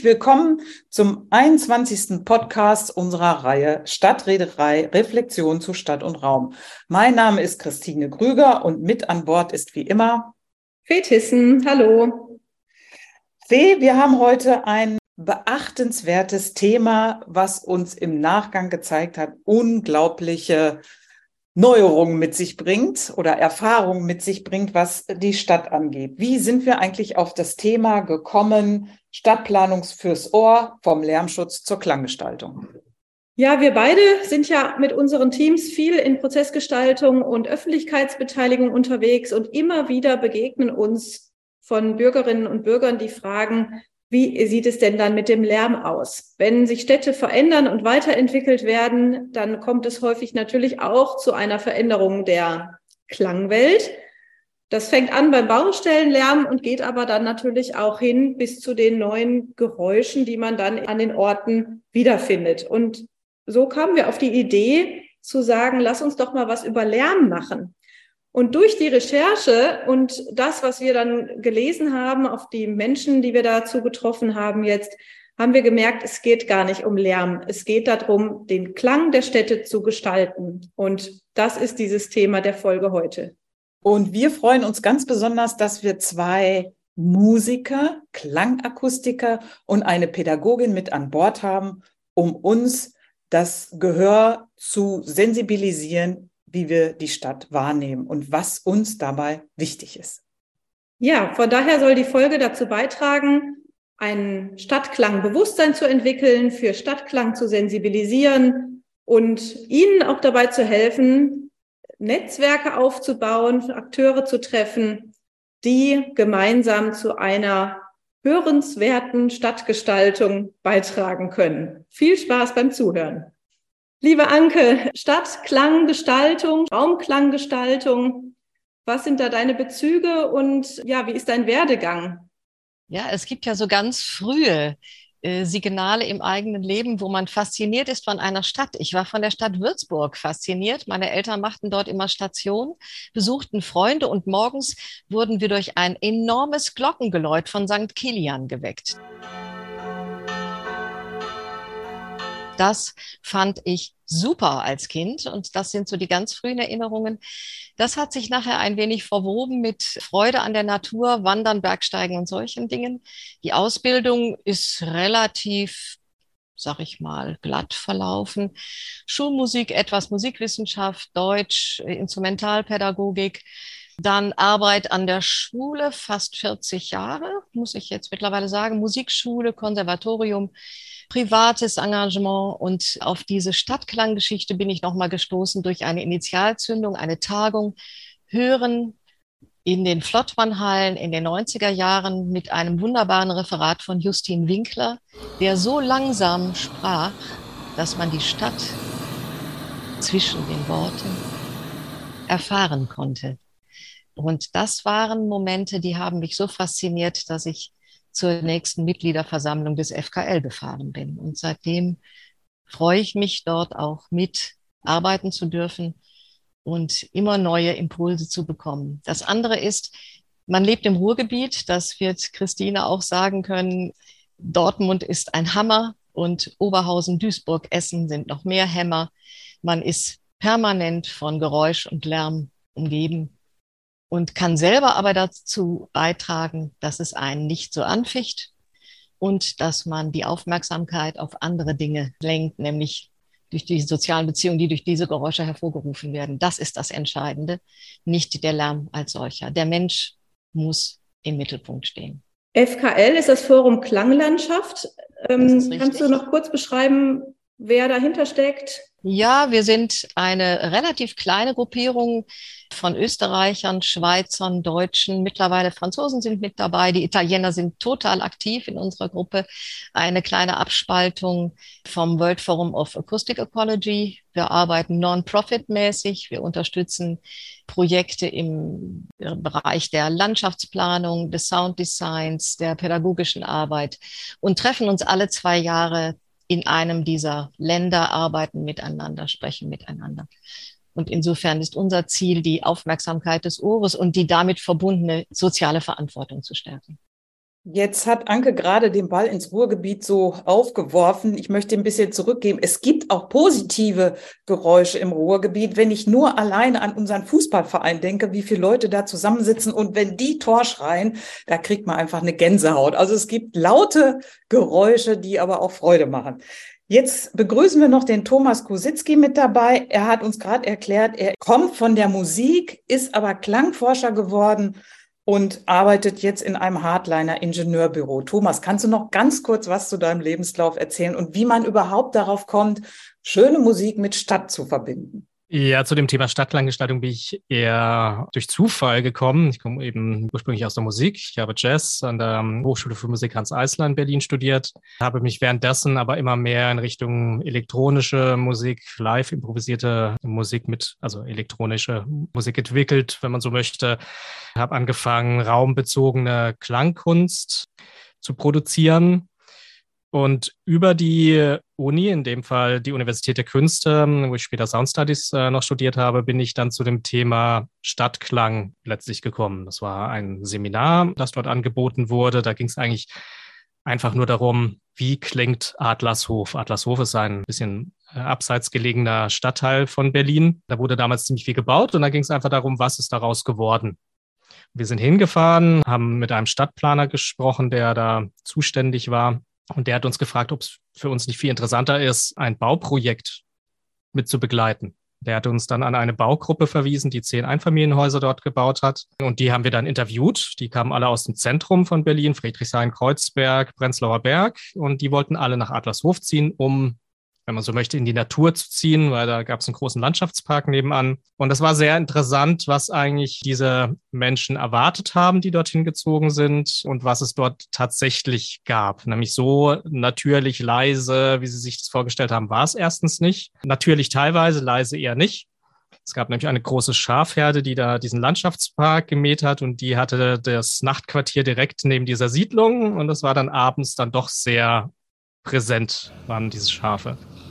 willkommen zum 21. Podcast unserer Reihe Stadtreederei, Reflexion zu Stadt und Raum. Mein Name ist Christine Grüger und mit an Bord ist wie immer Fee Thyssen, hallo. Fee, wir haben heute ein beachtenswertes Thema, was uns im Nachgang gezeigt hat, unglaubliche Neuerungen mit sich bringt oder Erfahrungen mit sich bringt, was die Stadt angeht. Wie sind wir eigentlich auf das Thema gekommen, Stadtplanung fürs Ohr, vom Lärmschutz zur Klanggestaltung? Ja, wir beide sind ja mit unseren Teams viel in Prozessgestaltung und Öffentlichkeitsbeteiligung unterwegs und immer wieder begegnen uns von Bürgerinnen und Bürgern die Fragen, wie sieht es denn dann mit dem Lärm aus? Wenn sich Städte verändern und weiterentwickelt werden, dann kommt es häufig natürlich auch zu einer Veränderung der Klangwelt. Das fängt an beim Baustellenlärm und geht aber dann natürlich auch hin bis zu den neuen Geräuschen, die man dann an den Orten wiederfindet. Und so kamen wir auf die Idee zu sagen, lass uns doch mal was über Lärm machen. Und durch die Recherche und das, was wir dann gelesen haben, auf die Menschen, die wir dazu getroffen haben jetzt, haben wir gemerkt, es geht gar nicht um Lärm. Es geht darum, den Klang der Städte zu gestalten. Und das ist dieses Thema der Folge heute. Und wir freuen uns ganz besonders, dass wir zwei Musiker, Klangakustiker und eine Pädagogin mit an Bord haben, um uns das Gehör zu sensibilisieren, wie wir die Stadt wahrnehmen und was uns dabei wichtig ist. Ja, von daher soll die Folge dazu beitragen, ein Stadtklangbewusstsein zu entwickeln, für Stadtklang zu sensibilisieren und Ihnen auch dabei zu helfen, Netzwerke aufzubauen, Akteure zu treffen, die gemeinsam zu einer hörenswerten Stadtgestaltung beitragen können. Viel Spaß beim Zuhören. Liebe Anke, Stadtklanggestaltung, Raumklanggestaltung, was sind da deine Bezüge und ja, wie ist dein Werdegang? Ja, es gibt ja so ganz frühe Signale im eigenen Leben, wo man fasziniert ist von einer Stadt. Ich war von der Stadt Würzburg fasziniert. Meine Eltern machten dort immer Station, besuchten Freunde und morgens wurden wir durch ein enormes Glockengeläut von St. Kilian geweckt. Das fand ich super als Kind und das sind so die ganz frühen Erinnerungen. Das hat sich nachher ein wenig verwoben mit Freude an der Natur, Wandern, Bergsteigen und solchen Dingen. Die Ausbildung ist relativ, sag ich mal, glatt verlaufen. Schulmusik, etwas Musikwissenschaft, Deutsch, Instrumentalpädagogik. Dann Arbeit an der Schule, fast 40 Jahre, muss ich jetzt mittlerweile sagen. Musikschule, Konservatorium, privates Engagement. Und auf diese Stadtklanggeschichte bin ich nochmal gestoßen durch eine Initialzündung, eine Tagung, Hören in den Flottmannhallen in den 90er Jahren mit einem wunderbaren Referat von Justin Winkler, der so langsam sprach, dass man die Stadt zwischen den Worten erfahren konnte. Und das waren Momente, die haben mich so fasziniert, dass ich zur nächsten Mitgliederversammlung des FKL gefahren bin. Und seitdem freue ich mich, dort auch mitarbeiten zu dürfen und immer neue Impulse zu bekommen. Das andere ist, man lebt im Ruhrgebiet, das wird Christine auch sagen können. Dortmund ist ein Hammer und Oberhausen, Duisburg, Essen sind noch mehr Hämmer. Man ist permanent von Geräusch und Lärm umgeben und kann selber aber dazu beitragen, dass es einen nicht so anficht und dass man die Aufmerksamkeit auf andere Dinge lenkt, nämlich durch die sozialen Beziehungen, die durch diese Geräusche hervorgerufen werden. Das ist das Entscheidende, nicht der Lärm als solcher. Der Mensch muss im Mittelpunkt stehen. FKL ist das Forum Klanglandschaft. Kannst du noch kurz beschreiben, wer dahinter steckt? Ja, wir sind eine relativ kleine Gruppierung von Österreichern, Schweizern, Deutschen, mittlerweile Franzosen sind mit dabei, die Italiener sind total aktiv in unserer Gruppe. Eine kleine Abspaltung vom World Forum of Acoustic Ecology. Wir arbeiten non-profit-mäßig, wir unterstützen Projekte im Bereich der Landschaftsplanung, des Sounddesigns, der pädagogischen Arbeit und treffen uns alle 2 Jahre in einem dieser Länder, arbeiten miteinander, sprechen miteinander. Und insofern ist unser Ziel, die Aufmerksamkeit des Ohres und die damit verbundene soziale Verantwortung zu stärken. Jetzt hat Anke gerade den Ball ins Ruhrgebiet so aufgeworfen. Ich möchte ein bisschen zurückgeben. Es gibt auch positive Geräusche im Ruhrgebiet. Wenn ich nur alleine an unseren Fußballverein denke, wie viele Leute da zusammensitzen und wenn die Tor schreien, da kriegt man einfach eine Gänsehaut. Also es gibt laute Geräusche, die aber auch Freude machen. Jetzt begrüßen wir noch den Thomas Kositzky mit dabei. Er hat uns gerade erklärt, er kommt von der Musik, ist aber Klangforscher geworden und arbeitet jetzt in einem Hardliner-Ingenieurbüro. Thomas, kannst du noch ganz kurz was zu deinem Lebenslauf erzählen und wie man überhaupt darauf kommt, schöne Musik mit Stadt zu verbinden? Ja, zu dem Thema Stadtklanggestaltung bin ich eher durch Zufall gekommen. Ich komme eben ursprünglich aus der Musik. Ich habe Jazz an der Hochschule für Musik Hanns Eisler in Berlin studiert, habe mich währenddessen aber immer mehr in Richtung elektronische Musik, live improvisierte Musik also elektronische Musik entwickelt, wenn man so möchte. Habe angefangen, raumbezogene Klangkunst zu produzieren. Und über die Uni, in dem Fall die Universität der Künste, wo ich später Sound Studies noch studiert habe, bin ich dann zu dem Thema Stadtklang letztlich gekommen. Das war ein Seminar, das dort angeboten wurde. Da ging es eigentlich einfach nur darum, wie klingt Adlershof. Adlershof ist ein bisschen abseits gelegener Stadtteil von Berlin. Da wurde damals ziemlich viel gebaut und da ging es einfach darum, was ist daraus geworden. Wir sind hingefahren, haben mit einem Stadtplaner gesprochen, der da zuständig war. Und der hat uns gefragt, ob es für uns nicht viel interessanter ist, ein Bauprojekt mit zu begleiten. Der hat uns dann an eine Baugruppe verwiesen, die 10 Einfamilienhäuser dort gebaut hat. Und die haben wir dann interviewt. Die kamen alle aus dem Zentrum von Berlin, Friedrichshain, Kreuzberg, Prenzlauer Berg. Und die wollten alle nach Adlershof ziehen, um, wenn man so möchte, in die Natur zu ziehen, weil da gab es einen großen Landschaftspark nebenan. Und das war sehr interessant, was eigentlich diese Menschen erwartet haben, die dorthin gezogen sind und was es dort tatsächlich gab. Nämlich so natürlich leise, wie sie sich das vorgestellt haben, war es erstens nicht. Natürlich teilweise, leise eher nicht. Es gab nämlich eine große Schafherde, die da diesen Landschaftspark gemäht hat und die hatte das Nachtquartier direkt neben dieser Siedlung und das war dann abends dann doch sehr präsent, waren diese Schafe.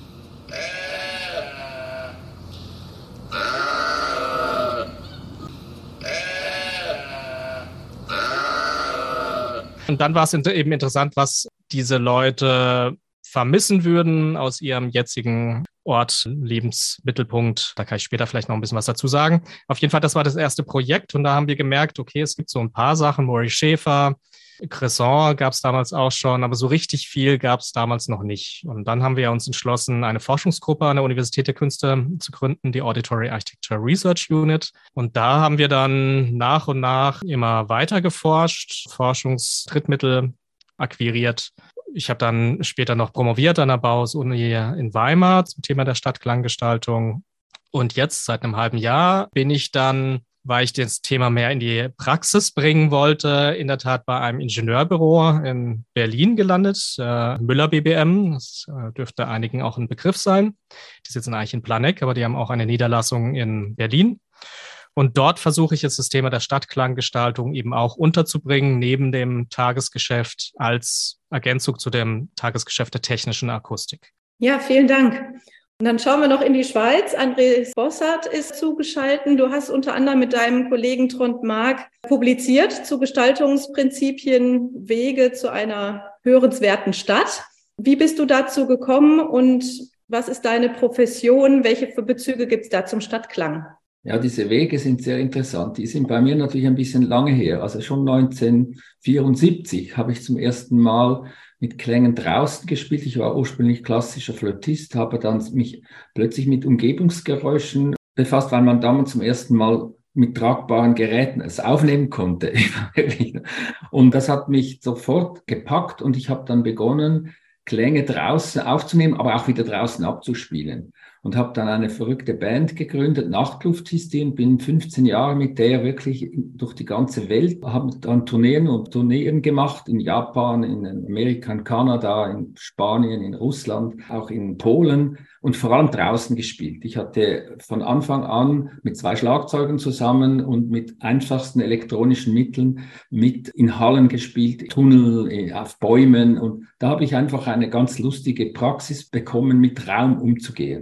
Und dann war es eben interessant, was diese Leute vermissen würden aus ihrem jetzigen Ort, Lebensmittelpunkt. Da kann ich später vielleicht noch ein bisschen was dazu sagen. Auf jeden Fall, das war das erste Projekt und da haben wir gemerkt, okay, es gibt so ein paar Sachen, Murray Schäfer, Cresson gab es damals auch schon, aber so richtig viel gab es damals noch nicht. Und dann haben wir uns entschlossen, eine Forschungsgruppe an der Universität der Künste zu gründen, die Auditory Architecture Research Unit. Und da haben wir dann nach und nach immer weiter geforscht, Forschungsdrittmittel akquiriert. Ich habe dann später noch promoviert an der Bauhaus-Uni in Weimar zum Thema der Stadtklanggestaltung. Und jetzt, seit einem halben Jahr, weil ich das Thema mehr in die Praxis bringen wollte, in der Tat bei einem Ingenieurbüro in Berlin gelandet, Müller BBM, das dürfte einigen auch ein Begriff sein. Die sitzen eigentlich in Planegg, aber die haben auch eine Niederlassung in Berlin. Und dort versuche ich jetzt das Thema der Stadtklanggestaltung eben auch unterzubringen, neben dem Tagesgeschäft als Ergänzung zu dem Tagesgeschäft der technischen Akustik. Ja, vielen Dank. Und dann schauen wir noch in die Schweiz. André Bossart ist zugeschaltet. Du hast unter anderem mit deinem Kollegen Trond Mark publiziert zu Gestaltungsprinzipien Wege zu einer hörenswerten Stadt. Wie bist du dazu gekommen und was ist deine Profession? Welche Bezüge gibt es da zum Stadtklang? Ja, diese Wege sind sehr interessant. Die sind bei mir natürlich ein bisschen lange her. Also schon 1974 habe ich zum ersten Mal mit Klängen draußen gespielt. Ich war ursprünglich klassischer Flötist, habe dann mich plötzlich mit Umgebungsgeräuschen befasst, weil man damals zum ersten Mal mit tragbaren Geräten es aufnehmen konnte. Und das hat mich sofort gepackt und ich habe dann begonnen, Klänge draußen aufzunehmen, aber auch wieder draußen abzuspielen. Und habe dann eine verrückte Band gegründet, Nachtluft hieß die, und bin 15 Jahre mit der wirklich durch die ganze Welt, habe dann Tourneen gemacht, in Japan, in Amerika, in Kanada, in Spanien, in Russland, auch in Polen und vor allem draußen gespielt. Ich hatte von Anfang an mit 2 Schlagzeugern zusammen und mit einfachsten elektronischen Mitteln mit in Hallen gespielt, Tunnel, auf Bäumen, und da habe ich einfach eine ganz lustige Praxis bekommen, mit Raum umzugehen.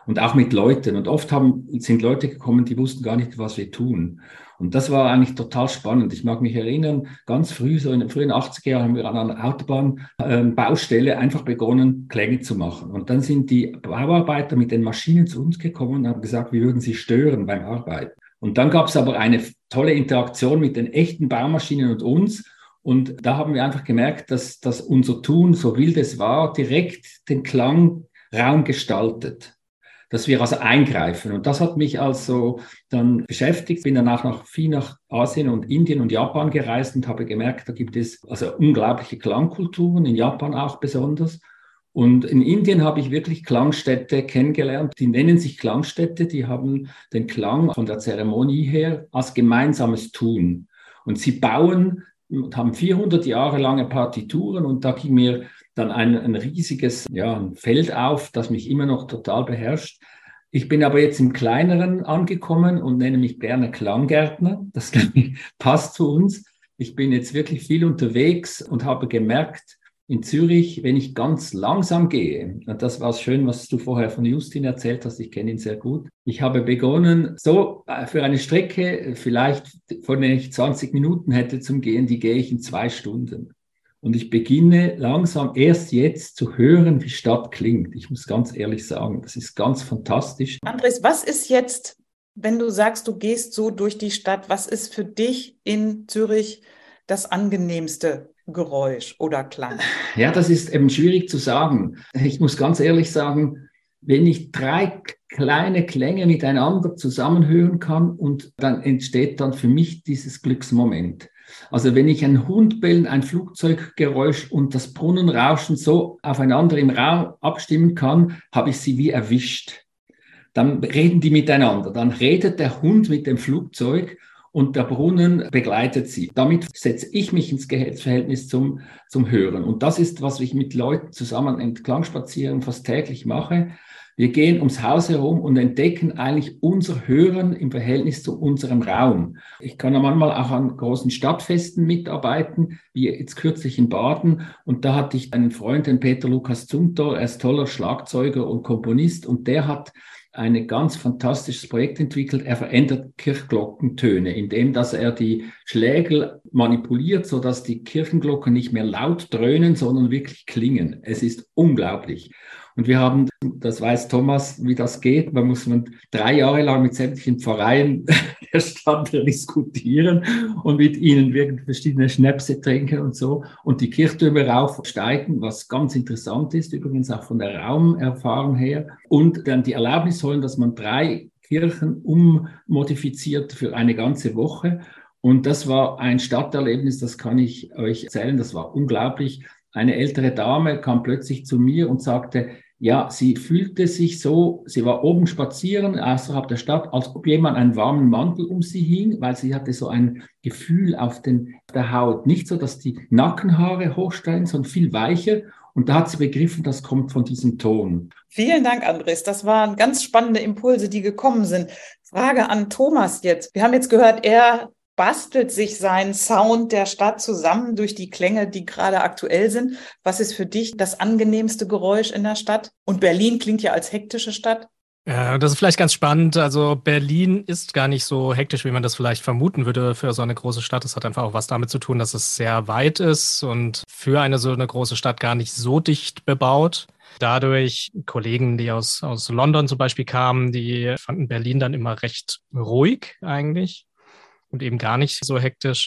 und auch mit Leuten. Und oft sind Leute gekommen, die wussten gar nicht, was wir tun. Und das war eigentlich total spannend. Ich mag mich erinnern, ganz früh, so in den frühen 80er Jahren, haben wir an einer Autobahnbaustelle einfach begonnen, Klänge zu machen. Und dann sind die Bauarbeiter mit den Maschinen zu uns gekommen und haben gesagt, wir würden sie stören beim Arbeiten. Und dann gab es aber eine tolle Interaktion mit den echten Baumaschinen und uns. Und da haben wir einfach gemerkt, dass unser Tun, so wild es war, direkt den Klangraum gestaltet. Dass wir also eingreifen. Und das hat mich also dann beschäftigt. Bin danach viel nach Asien und Indien und Japan gereist und habe gemerkt, da gibt es also unglaubliche Klangkulturen, in Japan auch besonders. Und in Indien habe ich wirklich Klangstädte kennengelernt. Die nennen sich Klangstädte, die haben den Klang von der Zeremonie her als gemeinsames Tun. Und sie bauen und haben 400 Jahre lange Partituren und da ging mir dann ein riesiges ein Feld auf, das mich immer noch total beherrscht. Ich bin aber jetzt im Kleineren angekommen und nenne mich gerne Klanggärtner. Das passt zu uns. Ich bin jetzt wirklich viel unterwegs und habe gemerkt, in Zürich, wenn ich ganz langsam gehe, und das war schön, was du vorher von Justin erzählt hast, ich kenne ihn sehr gut. Ich habe begonnen, so für eine Strecke, vielleicht von der ich 20 Minuten hätte zum Gehen, die gehe ich in 2 Stunden. Und ich beginne langsam erst jetzt zu hören, wie Stadt klingt. Ich muss ganz ehrlich sagen, das ist ganz fantastisch. Andres, was ist jetzt, wenn du sagst, du gehst so durch die Stadt, was ist für dich in Zürich das angenehmste Geräusch oder Klang? Ja, das ist eben schwierig zu sagen. Ich muss ganz ehrlich sagen, wenn ich 3 kleine Klänge miteinander zusammenhören kann und dann entsteht dann für mich dieses Glücksmoment. Also wenn ich ein Hund bellen, ein Flugzeuggeräusch und das Brunnenrauschen so aufeinander im Raum abstimmen kann, habe ich sie wie erwischt. Dann reden die miteinander, dann redet der Hund mit dem Flugzeug und der Brunnen begleitet sie. Damit setze ich mich ins Verhältnis zum Hören. Und das ist, was ich mit Leuten zusammen in Klangspaziergängen fast täglich mache. Wir gehen ums Haus herum und entdecken eigentlich unser Hören im Verhältnis zu unserem Raum. Ich kann manchmal auch an großen Stadtfesten mitarbeiten, wie jetzt kürzlich in Baden. Und da hatte ich einen Freund, den Peter Lukas Zumthor, er ist toller Schlagzeuger und Komponist und der hat ein ganz fantastisches Projekt entwickelt. Er verändert Kirchglockentöne, indem dass er die Schlägel manipuliert, sodass die Kirchenglocken nicht mehr laut dröhnen, sondern wirklich klingen. Es ist unglaublich. Und wir haben, das weiß Thomas, wie das geht, man muss 3 Jahre lang mit sämtlichen Pfarreien der Stadt diskutieren und mit ihnen wirklich verschiedene Schnäpse trinken und so und die Kirchtürme raufsteigen, was ganz interessant ist, übrigens auch von der Raumerfahrung her und dann die Erlaubnis holen, dass man 3 Kirchen ummodifiziert für eine ganze Woche und das war ein Stadterlebnis, das kann ich euch erzählen, das war unglaublich. Eine ältere Dame kam plötzlich zu mir und sagte, ja, sie fühlte sich so, sie war oben spazieren außerhalb der Stadt, als ob jemand einen warmen Mantel um sie hing, weil sie hatte so ein Gefühl auf der Haut. Nicht so, dass die Nackenhaare hochsteigen, sondern viel weicher. Und da hat sie begriffen, das kommt von diesem Ton. Vielen Dank, Andres. Das waren ganz spannende Impulse, die gekommen sind. Frage an Thomas jetzt. Wir haben jetzt gehört, er bastelt sich seinen Sound der Stadt zusammen durch die Klänge, die gerade aktuell sind. Was ist für dich das angenehmste Geräusch in der Stadt? Und Berlin klingt ja als hektische Stadt. Ja, das ist vielleicht ganz spannend. Also Berlin ist gar nicht so hektisch, wie man das vielleicht vermuten würde für so eine große Stadt. Es hat einfach auch was damit zu tun, dass es sehr weit ist und für so eine große Stadt gar nicht so dicht bebaut. Dadurch Kollegen, die aus London zum Beispiel kamen, die fanden Berlin dann immer recht ruhig eigentlich. Und eben gar nicht so hektisch.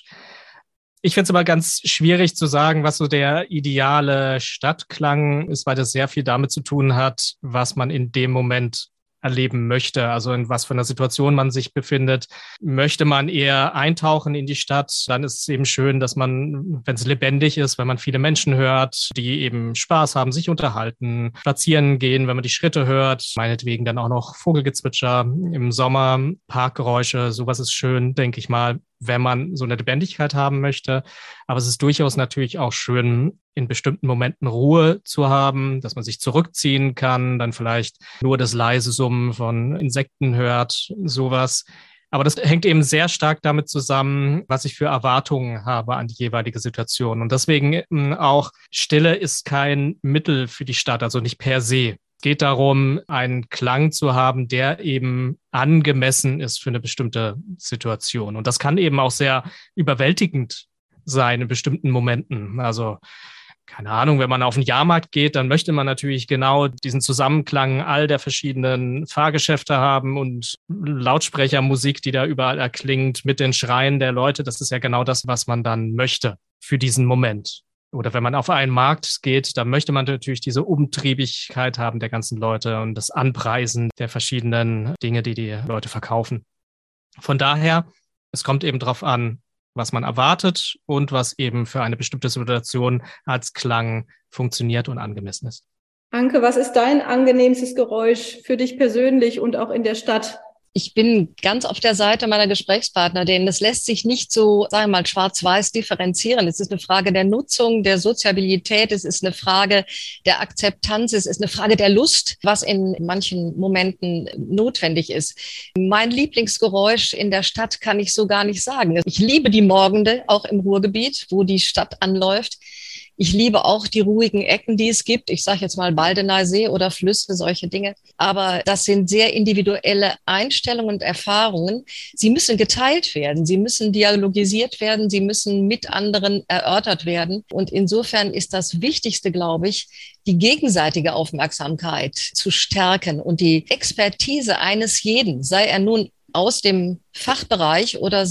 Ich finde es aber ganz schwierig zu sagen, was so der ideale Stadtklang ist, weil das sehr viel damit zu tun hat, was man in dem Moment erleben möchte, also in was für einer Situation man sich befindet. Möchte man eher eintauchen in die Stadt, dann ist es eben schön, dass man, wenn es lebendig ist, wenn man viele Menschen hört, die eben Spaß haben, sich unterhalten, spazieren gehen, wenn man die Schritte hört, meinetwegen dann auch noch Vogelgezwitscher im Sommer, Parkgeräusche, sowas ist schön, denke ich mal, wenn man so eine Lebendigkeit haben möchte. Aber es ist durchaus natürlich auch schön, in bestimmten Momenten Ruhe zu haben, dass man sich zurückziehen kann, dann vielleicht nur das leise Summen von Insekten hört, sowas. Aber das hängt eben sehr stark damit zusammen, was ich für Erwartungen habe an die jeweilige Situation. Und deswegen auch Stille ist kein Mittel für die Stadt, also nicht per se. Es geht darum, einen Klang zu haben, der eben angemessen ist für eine bestimmte Situation. Und das kann eben auch sehr überwältigend sein in bestimmten Momenten. Also keine Ahnung, wenn man auf den Jahrmarkt geht, dann möchte man natürlich genau diesen Zusammenklang all der verschiedenen Fahrgeschäfte haben und Lautsprechermusik, die da überall erklingt, mit den Schreien der Leute. Das ist ja genau das, was man dann möchte für diesen Moment. Oder wenn man auf einen Markt geht, dann möchte man natürlich diese Umtriebigkeit haben der ganzen Leute und das Anpreisen der verschiedenen Dinge, die die Leute verkaufen. Von daher, es kommt eben darauf an, was man erwartet und was eben für eine bestimmte Situation als Klang funktioniert und angemessen ist. Anke, was ist dein angenehmstes Geräusch für dich persönlich und auch in der Stadt? Ich bin ganz auf der Seite meiner Gesprächspartner, denn es lässt sich nicht so, sagen wir mal, schwarz-weiß differenzieren. Es ist eine Frage der Nutzung, der Soziabilität, es ist eine Frage der Akzeptanz, es ist eine Frage der Lust, was in manchen Momenten notwendig ist. Mein Lieblingsgeräusch in der Stadt kann ich so gar nicht sagen. Ich liebe die Morgende, auch im Ruhrgebiet, wo die Stadt anläuft. Ich liebe auch die ruhigen Ecken, die es gibt. Ich sage jetzt mal Baldener See oder Flüsse, solche Dinge. Aber das sind sehr individuelle Einstellungen und Erfahrungen. Sie müssen geteilt werden, sie müssen dialogisiert werden, sie müssen mit anderen erörtert werden. Und insofern ist das Wichtigste, glaube ich, die gegenseitige Aufmerksamkeit zu stärken und die Expertise eines jeden, sei er nun aus dem Fachbereich oder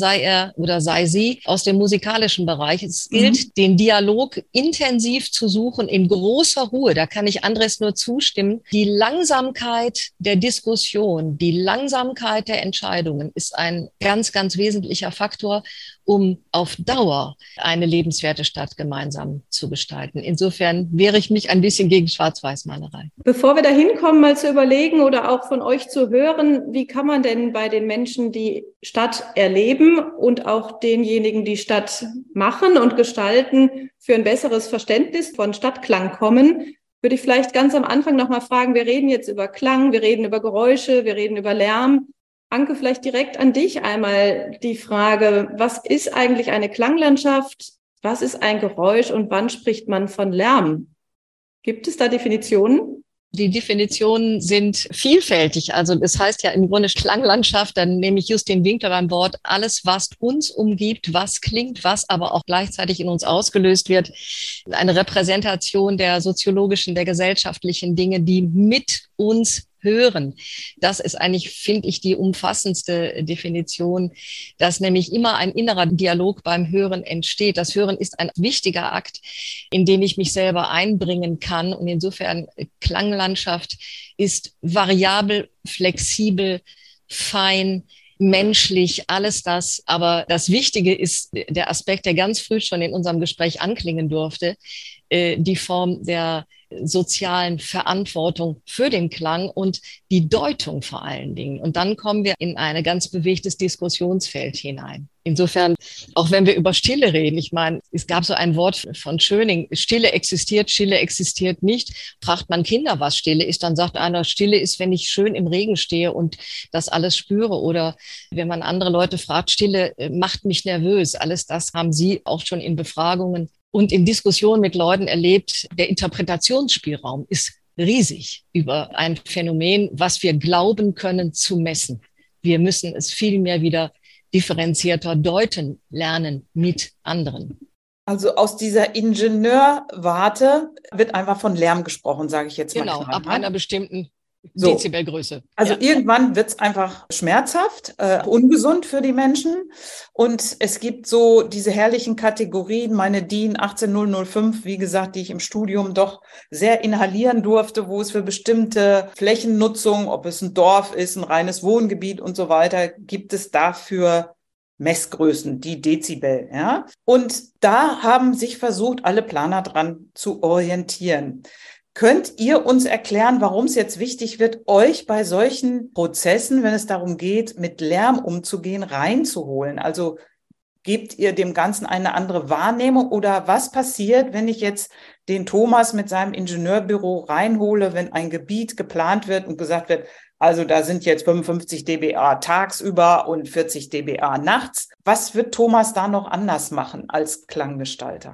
sei sie aus dem musikalischen Bereich. Es gilt, den Dialog intensiv zu suchen in großer Ruhe. Da kann ich Andres nur zustimmen. Die Langsamkeit der Diskussion, die Langsamkeit der Entscheidungen ist ein ganz, ganz wesentlicher Faktor, um auf Dauer eine lebenswerte Stadt gemeinsam zu gestalten. Insofern wehre ich mich ein bisschen gegen Schwarz-Weiß-Malerei. Bevor wir da hinkommen, mal zu überlegen oder auch von euch zu hören, wie kann man denn bei den Menschen, die Stadt erleben und auch denjenigen, die Stadt machen und gestalten, für ein besseres Verständnis von Stadtklang kommen, würde ich vielleicht ganz am Anfang nochmal fragen, wir reden jetzt über Klang, wir reden über Geräusche, wir reden über Lärm. Anke, vielleicht direkt an dich einmal die Frage, was ist eigentlich eine Klanglandschaft, was ist ein Geräusch und wann spricht man von Lärm? Gibt es da Definitionen? Die Definitionen sind vielfältig. Also das heißt ja im Grunde Klanglandschaft, dann nehme ich Justin Winkler beim Wort, alles, was uns umgibt, was klingt, was aber auch gleichzeitig in uns ausgelöst wird. Eine Repräsentation der soziologischen, der gesellschaftlichen Dinge, die mit uns hören. Das ist eigentlich, finde ich, die umfassendste Definition, dass nämlich immer ein innerer Dialog beim Hören entsteht. Das Hören ist ein wichtiger Akt, in dem ich mich selber einbringen kann. Und insofern Klanglandschaft ist variabel, flexibel, fein, menschlich, alles das. Aber das Wichtige ist der Aspekt, der ganz früh schon in unserem Gespräch anklingen durfte, die Form der sozialen Verantwortung für den Klang und die Deutung vor allen Dingen. Und dann kommen wir in ein ganz bewegtes Diskussionsfeld hinein. Insofern, auch wenn wir über Stille reden, ich meine, es gab so ein Wort von Schöning, Stille existiert nicht. Fragt man Kinder, was Stille ist, dann sagt einer, Stille ist, wenn ich schön im Regen stehe und das alles spüre. Oder wenn man andere Leute fragt, Stille macht mich nervös. Alles das haben sie auch schon in Befragungen und in Diskussionen mit Leuten erlebt. Der Interpretationsspielraum ist riesig über ein Phänomen, was wir glauben können zu messen. Wir müssen es viel mehr wieder differenzierter deuten lernen mit anderen. Also aus dieser Ingenieurwarte wird einfach von Lärm gesprochen, sage ich jetzt mal. Genau, ab einer bestimmten So. Dezibelgröße. Also ja. Irgendwann wird es einfach schmerzhaft, ungesund für die Menschen. Und es gibt so diese herrlichen Kategorien, meine DIN 18005, wie gesagt, die ich im Studium doch sehr inhalieren durfte, wo es für bestimmte Flächennutzung, ob es ein Dorf ist, ein reines Wohngebiet und so weiter, gibt es dafür Messgrößen, die Dezibel. Ja? Und da haben sich versucht, alle Planer dran zu orientieren. Könnt ihr uns erklären, warum es jetzt wichtig wird, euch bei solchen Prozessen, wenn es darum geht, mit Lärm umzugehen, reinzuholen? Also gebt ihr dem Ganzen eine andere Wahrnehmung oder was passiert, wenn ich jetzt den Thomas mit seinem Ingenieurbüro reinhole, wenn ein Gebiet geplant wird und gesagt wird, also da sind jetzt 55 dBA tagsüber und 40 dBA nachts. Was wird Thomas da noch anders machen als Klanggestalter?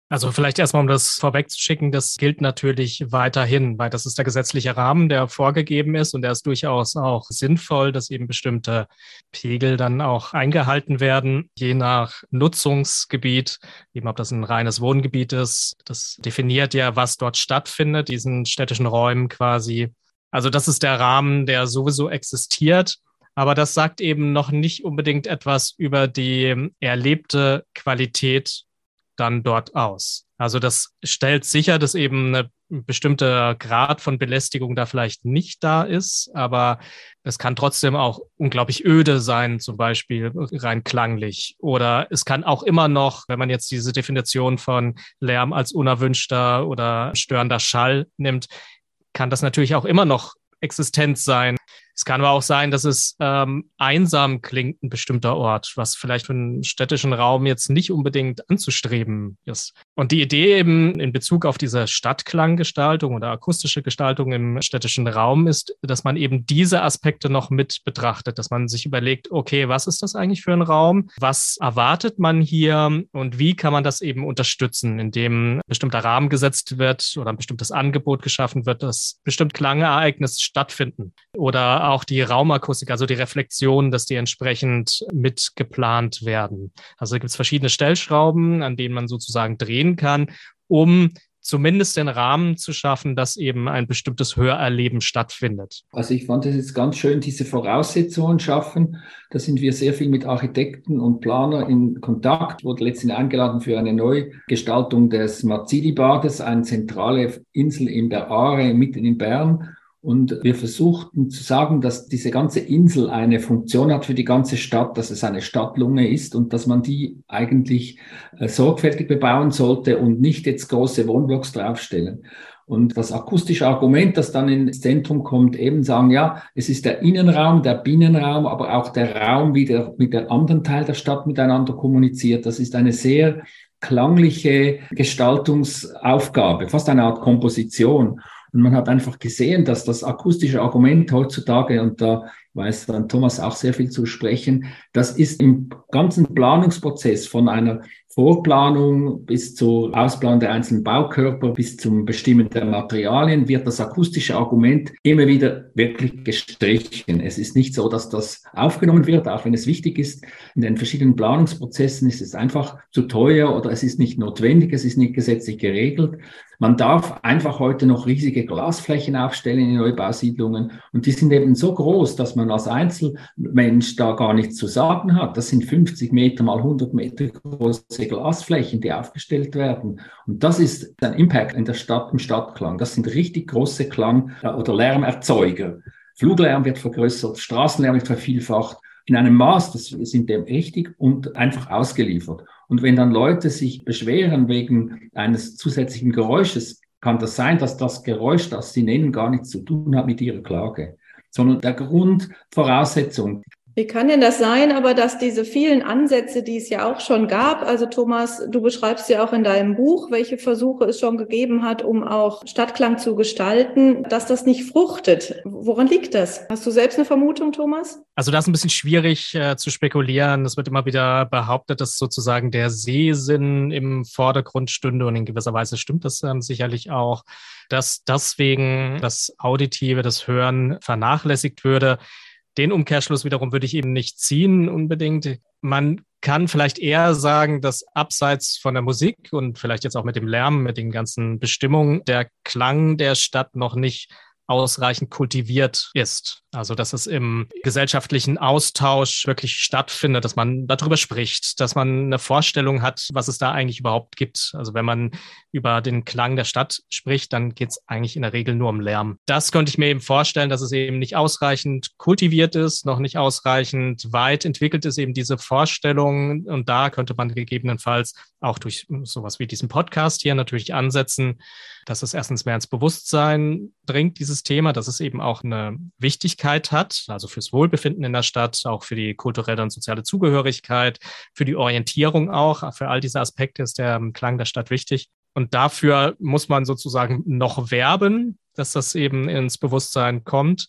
Also vielleicht erstmal, um das vorwegzuschicken, das gilt natürlich weiterhin, weil das ist der gesetzliche Rahmen, der vorgegeben ist und der ist durchaus auch sinnvoll, dass eben bestimmte Pegel dann auch eingehalten werden, je nach Nutzungsgebiet, eben ob das ein reines Wohngebiet ist. Das definiert ja, was dort stattfindet, diesen städtischen Räumen quasi. Also das ist der Rahmen, der sowieso existiert. Aber das sagt eben noch nicht unbedingt etwas über die erlebte Qualität dann dort aus. Also das stellt sicher, dass eben ein bestimmter Grad von Belästigung da vielleicht nicht da ist, aber es kann trotzdem auch unglaublich öde sein, zum Beispiel rein klanglich. Oder es kann auch immer noch, wenn man jetzt diese Definition von Lärm als unerwünschter oder störender Schall nimmt, kann das natürlich auch immer noch existent sein. Es kann aber auch sein, dass es einsam klingt, ein bestimmter Ort, was vielleicht für einen städtischen Raum jetzt nicht unbedingt anzustreben ist. Und die Idee eben in Bezug auf diese Stadtklanggestaltung oder akustische Gestaltung im städtischen Raum ist, dass man eben diese Aspekte noch mit betrachtet, dass man sich überlegt, okay, was ist das eigentlich für ein Raum? Was erwartet man hier und wie kann man das eben unterstützen, indem ein bestimmter Rahmen gesetzt wird oder ein bestimmtes Angebot geschaffen wird, dass bestimmte Klangereignisse stattfinden oder auch die Raumakustik, also die Reflexion, dass die entsprechend mitgeplant werden. Also da gibt es verschiedene Stellschrauben, an denen man sozusagen drehen kann, um zumindest den Rahmen zu schaffen, dass eben ein bestimmtes Hörerleben stattfindet. Also ich fand es jetzt ganz schön, diese Voraussetzungen schaffen. Da sind wir sehr viel mit Architekten und Planern in Kontakt. Wurde letztens eingeladen für eine Neugestaltung des Marzili-Bades, eine zentrale Insel in der Aare mitten in Bern. Und wir versuchten zu sagen, dass diese ganze Insel eine Funktion hat für die ganze Stadt, dass es eine Stadtlunge ist und dass man die eigentlich sorgfältig bebauen sollte und nicht jetzt große Wohnblocks draufstellen. Und das akustische Argument, das dann ins Zentrum kommt, eben sagen, ja, es ist der Innenraum, der Binnenraum, aber auch der Raum, wie der mit der anderen Teil der Stadt miteinander kommuniziert. Das ist eine sehr klangliche Gestaltungsaufgabe, fast eine Art Komposition. Und man hat einfach gesehen, dass das akustische Argument heutzutage, und da weiß dann Thomas auch sehr viel zu sprechen, das ist im ganzen Planungsprozess von einer Vorplanung bis zur Ausplanung der einzelnen Baukörper, bis zum Bestimmen der Materialien, wird das akustische Argument immer wieder wirklich gestrichen. Es ist nicht so, dass das aufgenommen wird, auch wenn es wichtig ist. In den verschiedenen Planungsprozessen ist es einfach zu teuer oder es ist nicht notwendig, es ist nicht gesetzlich geregelt. Man darf einfach heute noch riesige Glasflächen aufstellen in Neubausiedlungen und die sind eben so groß, dass man als Einzelmensch da gar nichts zu sagen hat. Das sind 50 Meter mal 100 Meter große Glasflächen, die aufgestellt werden. Und das ist ein Impact in der Stadt, im Stadtklang. Das sind richtig große Klang- oder Lärmerzeuger. Fluglärm wird vergrößert, Straßenlärm wird vervielfacht. In einem Maß, das sind dem richtig und einfach ausgeliefert. Und wenn dann Leute sich beschweren wegen eines zusätzlichen Geräusches, kann das sein, dass das Geräusch, das sie nennen, gar nichts zu tun hat mit ihrer Klage, sondern der Grundvoraussetzung. Wie kann denn das sein, aber dass diese vielen Ansätze, die es ja auch schon gab, also Thomas, du beschreibst ja auch in deinem Buch, welche Versuche es schon gegeben hat, um auch Stadtklang zu gestalten, dass das nicht fruchtet. Woran liegt das? Hast du selbst eine Vermutung, Thomas? Also das ist ein bisschen schwierig zu spekulieren. Es wird immer wieder behauptet, dass sozusagen der Sehsinn im Vordergrund stünde und in gewisser Weise stimmt das sicherlich auch, dass deswegen das Auditive, das Hören vernachlässigt würde. Den Umkehrschluss wiederum würde ich eben nicht ziehen unbedingt. Man kann vielleicht eher sagen, dass abseits von der Musik und vielleicht jetzt auch mit dem Lärm, mit den ganzen Bestimmungen, der Klang der Stadt noch nicht ausreichend kultiviert ist. Also dass es im gesellschaftlichen Austausch wirklich stattfindet, dass man darüber spricht, dass man eine Vorstellung hat, was es da eigentlich überhaupt gibt. Also wenn man über den Klang der Stadt spricht, dann geht es eigentlich in der Regel nur um Lärm. Das könnte ich mir eben vorstellen, dass es eben nicht ausreichend kultiviert ist, noch nicht ausreichend weit entwickelt ist, eben diese Vorstellung. Und da könnte man gegebenenfalls auch durch sowas wie diesen Podcast hier natürlich ansetzen, dass es erstens mehr ins Bewusstsein dringt, dieses Thema, dass es eben auch eine Wichtigkeit hat, also fürs Wohlbefinden in der Stadt, auch für die kulturelle und soziale Zugehörigkeit, für die Orientierung auch, für all diese Aspekte ist der Klang der Stadt wichtig. Und dafür muss man sozusagen noch werben, dass das eben ins Bewusstsein kommt.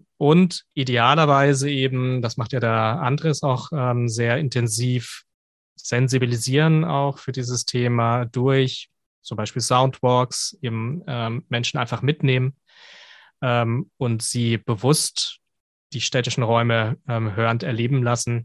Und idealerweise eben, das macht ja der Andres auch sehr intensiv, sensibilisieren auch für dieses Thema durch zum Beispiel Soundwalks, eben Menschen einfach mitnehmen und sie bewusst die städtischen Räume hörend erleben lassen.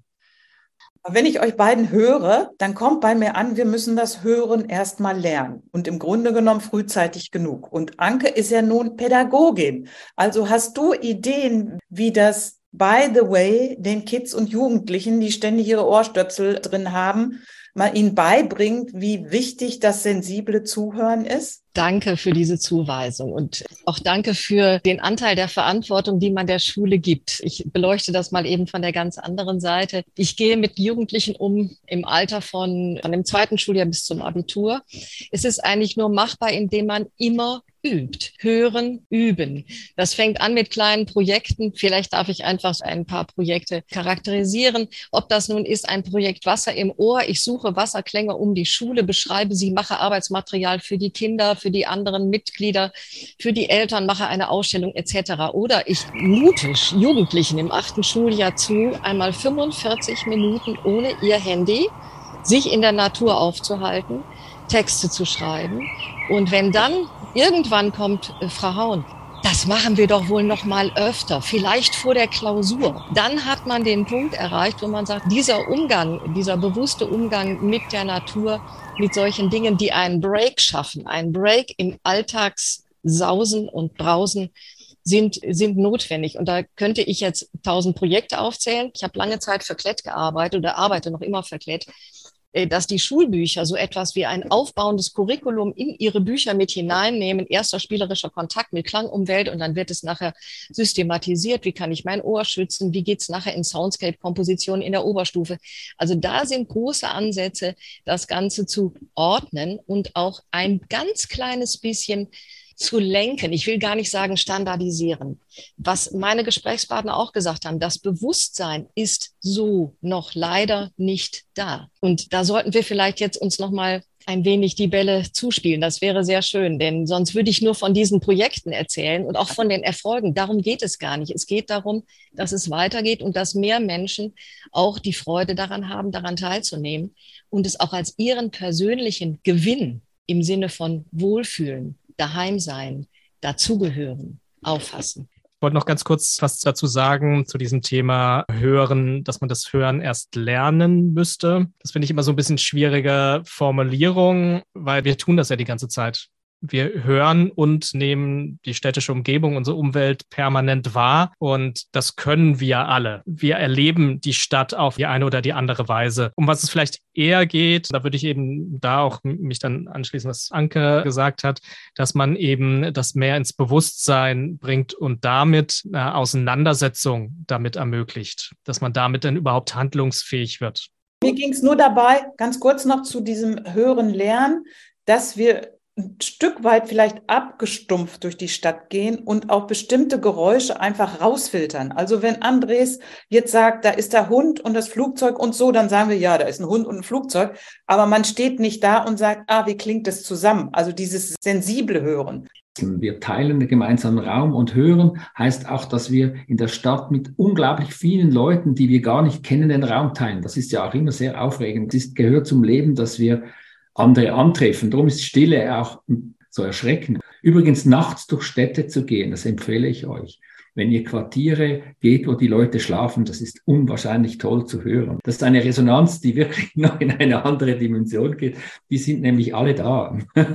Wenn ich euch beiden höre, dann kommt bei mir an, wir müssen das Hören erstmal lernen und im Grunde genommen frühzeitig genug. Und Anke ist ja nun Pädagogin. Also hast du Ideen, wie das, by the way, den Kids und Jugendlichen, die ständig ihre Ohrstöpsel drin haben, mal ihnen beibringt, wie wichtig das sensible Zuhören ist? Danke für diese Zuweisung und auch danke für den Anteil der Verantwortung, die man der Schule gibt. Ich beleuchte das mal eben von der ganz anderen Seite. Ich gehe mit Jugendlichen um im Alter von dem 2. Schuljahr bis zum Abitur. Es ist eigentlich nur machbar, indem man immer übt. Hören, üben. Das fängt an mit kleinen Projekten. Vielleicht darf ich einfach ein paar Projekte charakterisieren. Ob das nun ist ein Projekt Wasser im Ohr. Ich suche Wasserklänge um die Schule, beschreibe sie, mache Arbeitsmaterial für die Kinder, für die anderen Mitglieder, für die Eltern, mache eine Ausstellung etc. Oder ich mute Jugendlichen im 8. Schuljahr zu, einmal 45 Minuten ohne ihr Handy sich in der Natur aufzuhalten, Texte zu schreiben. Und wenn dann irgendwann kommt, Frau Hauen, das machen wir doch wohl noch mal öfter, vielleicht vor der Klausur. Dann hat man den Punkt erreicht, wo man sagt, dieser Umgang, dieser bewusste Umgang mit der Natur, mit solchen Dingen, die einen Break schaffen, einen Break im Alltagssausen und Brausen, sind notwendig. Und da könnte ich jetzt 1000 Projekte aufzählen. Ich habe lange Zeit für Klett gearbeitet oder arbeite noch immer für Klett, dass die Schulbücher so etwas wie ein aufbauendes Curriculum in ihre Bücher mit hineinnehmen, erster spielerischer Kontakt mit Klangumwelt und dann wird es nachher systematisiert, wie kann ich mein Ohr schützen, wie geht's nachher in Soundscape-Komposition in der Oberstufe. Also da sind große Ansätze, das Ganze zu ordnen und auch ein ganz kleines bisschen zu lenken. Ich will gar nicht sagen standardisieren. Was meine Gesprächspartner auch gesagt haben, das Bewusstsein ist so noch leider nicht da. Und da sollten wir vielleicht jetzt uns noch mal ein wenig die Bälle zuspielen. Das wäre sehr schön, denn sonst würde ich nur von diesen Projekten erzählen und auch von den Erfolgen. Darum geht es gar nicht. Es geht darum, dass es weitergeht und dass mehr Menschen auch die Freude daran haben, daran teilzunehmen und es auch als ihren persönlichen Gewinn im Sinne von Wohlfühlen, daheim sein, dazugehören, auffassen. Ich wollte noch ganz kurz was dazu sagen, zu diesem Thema Hören, dass man das Hören erst lernen müsste. Das finde ich immer so ein bisschen schwierige Formulierung, weil wir tun das ja die ganze Zeit. Wir hören und nehmen die städtische Umgebung, unsere Umwelt permanent wahr und das können wir alle. Wir erleben die Stadt auf die eine oder die andere Weise. Um was es vielleicht eher geht, da würde ich eben da auch mich dann anschließen, was Anke gesagt hat, dass man eben das mehr ins Bewusstsein bringt und damit eine Auseinandersetzung damit ermöglicht, dass man damit dann überhaupt handlungsfähig wird. Mir ging es nur dabei, ganz kurz noch zu diesem Hören, Lernen, dass wir ein Stück weit vielleicht abgestumpft durch die Stadt gehen und auch bestimmte Geräusche einfach rausfiltern. Also wenn Andres jetzt sagt, da ist der Hund und das Flugzeug und so, dann sagen wir, ja, da ist ein Hund und ein Flugzeug. Aber man steht nicht da und sagt, wie klingt das zusammen? Also dieses sensible Hören. Wir teilen den gemeinsamen Raum und hören heißt auch, dass wir in der Stadt mit unglaublich vielen Leuten, die wir gar nicht kennen, den Raum teilen. Das ist ja auch immer sehr aufregend. Es gehört zum Leben, dass wir andere antreffen. Darum ist Stille auch so erschreckend. Übrigens, nachts durch Städte zu gehen, das empfehle ich euch. Wenn ihr Quartiere geht, wo die Leute schlafen, das ist unwahrscheinlich toll zu hören. Das ist eine Resonanz, die wirklich noch in eine andere Dimension geht. Die sind nämlich alle da.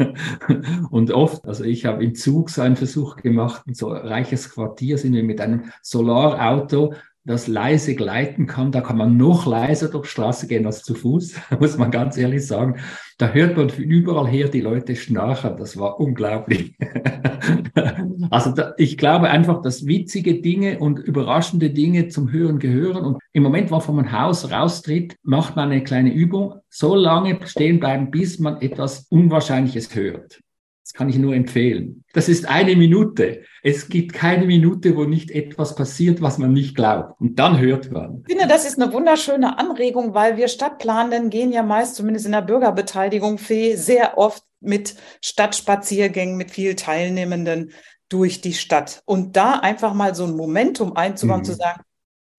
Und oft, also ich habe im Zug so einen Versuch gemacht, in so ein reiches Quartier sind wir mit einem Solarauto, das leise gleiten kann, da kann man noch leiser durch die Straße gehen als zu Fuß, muss man ganz ehrlich sagen. Da hört man von überall her die Leute schnarchen, das war unglaublich. Also ich glaube einfach, dass witzige Dinge und überraschende Dinge zum Hören gehören und im Moment, wo man vom Haus raustritt, macht man eine kleine Übung, so lange stehen bleiben, bis man etwas Unwahrscheinliches hört. Das kann ich nur empfehlen. Das ist 1 Minute. Es gibt keine Minute, wo nicht etwas passiert, was man nicht glaubt. Und dann hört man. Ich finde, das ist eine wunderschöne Anregung, weil wir Stadtplanenden gehen ja meist, zumindest in der Bürgerbeteiligung, sehr oft mit Stadtspaziergängen, mit viel Teilnehmenden durch die Stadt. Und da einfach mal so ein Momentum einzubauen, zu sagen,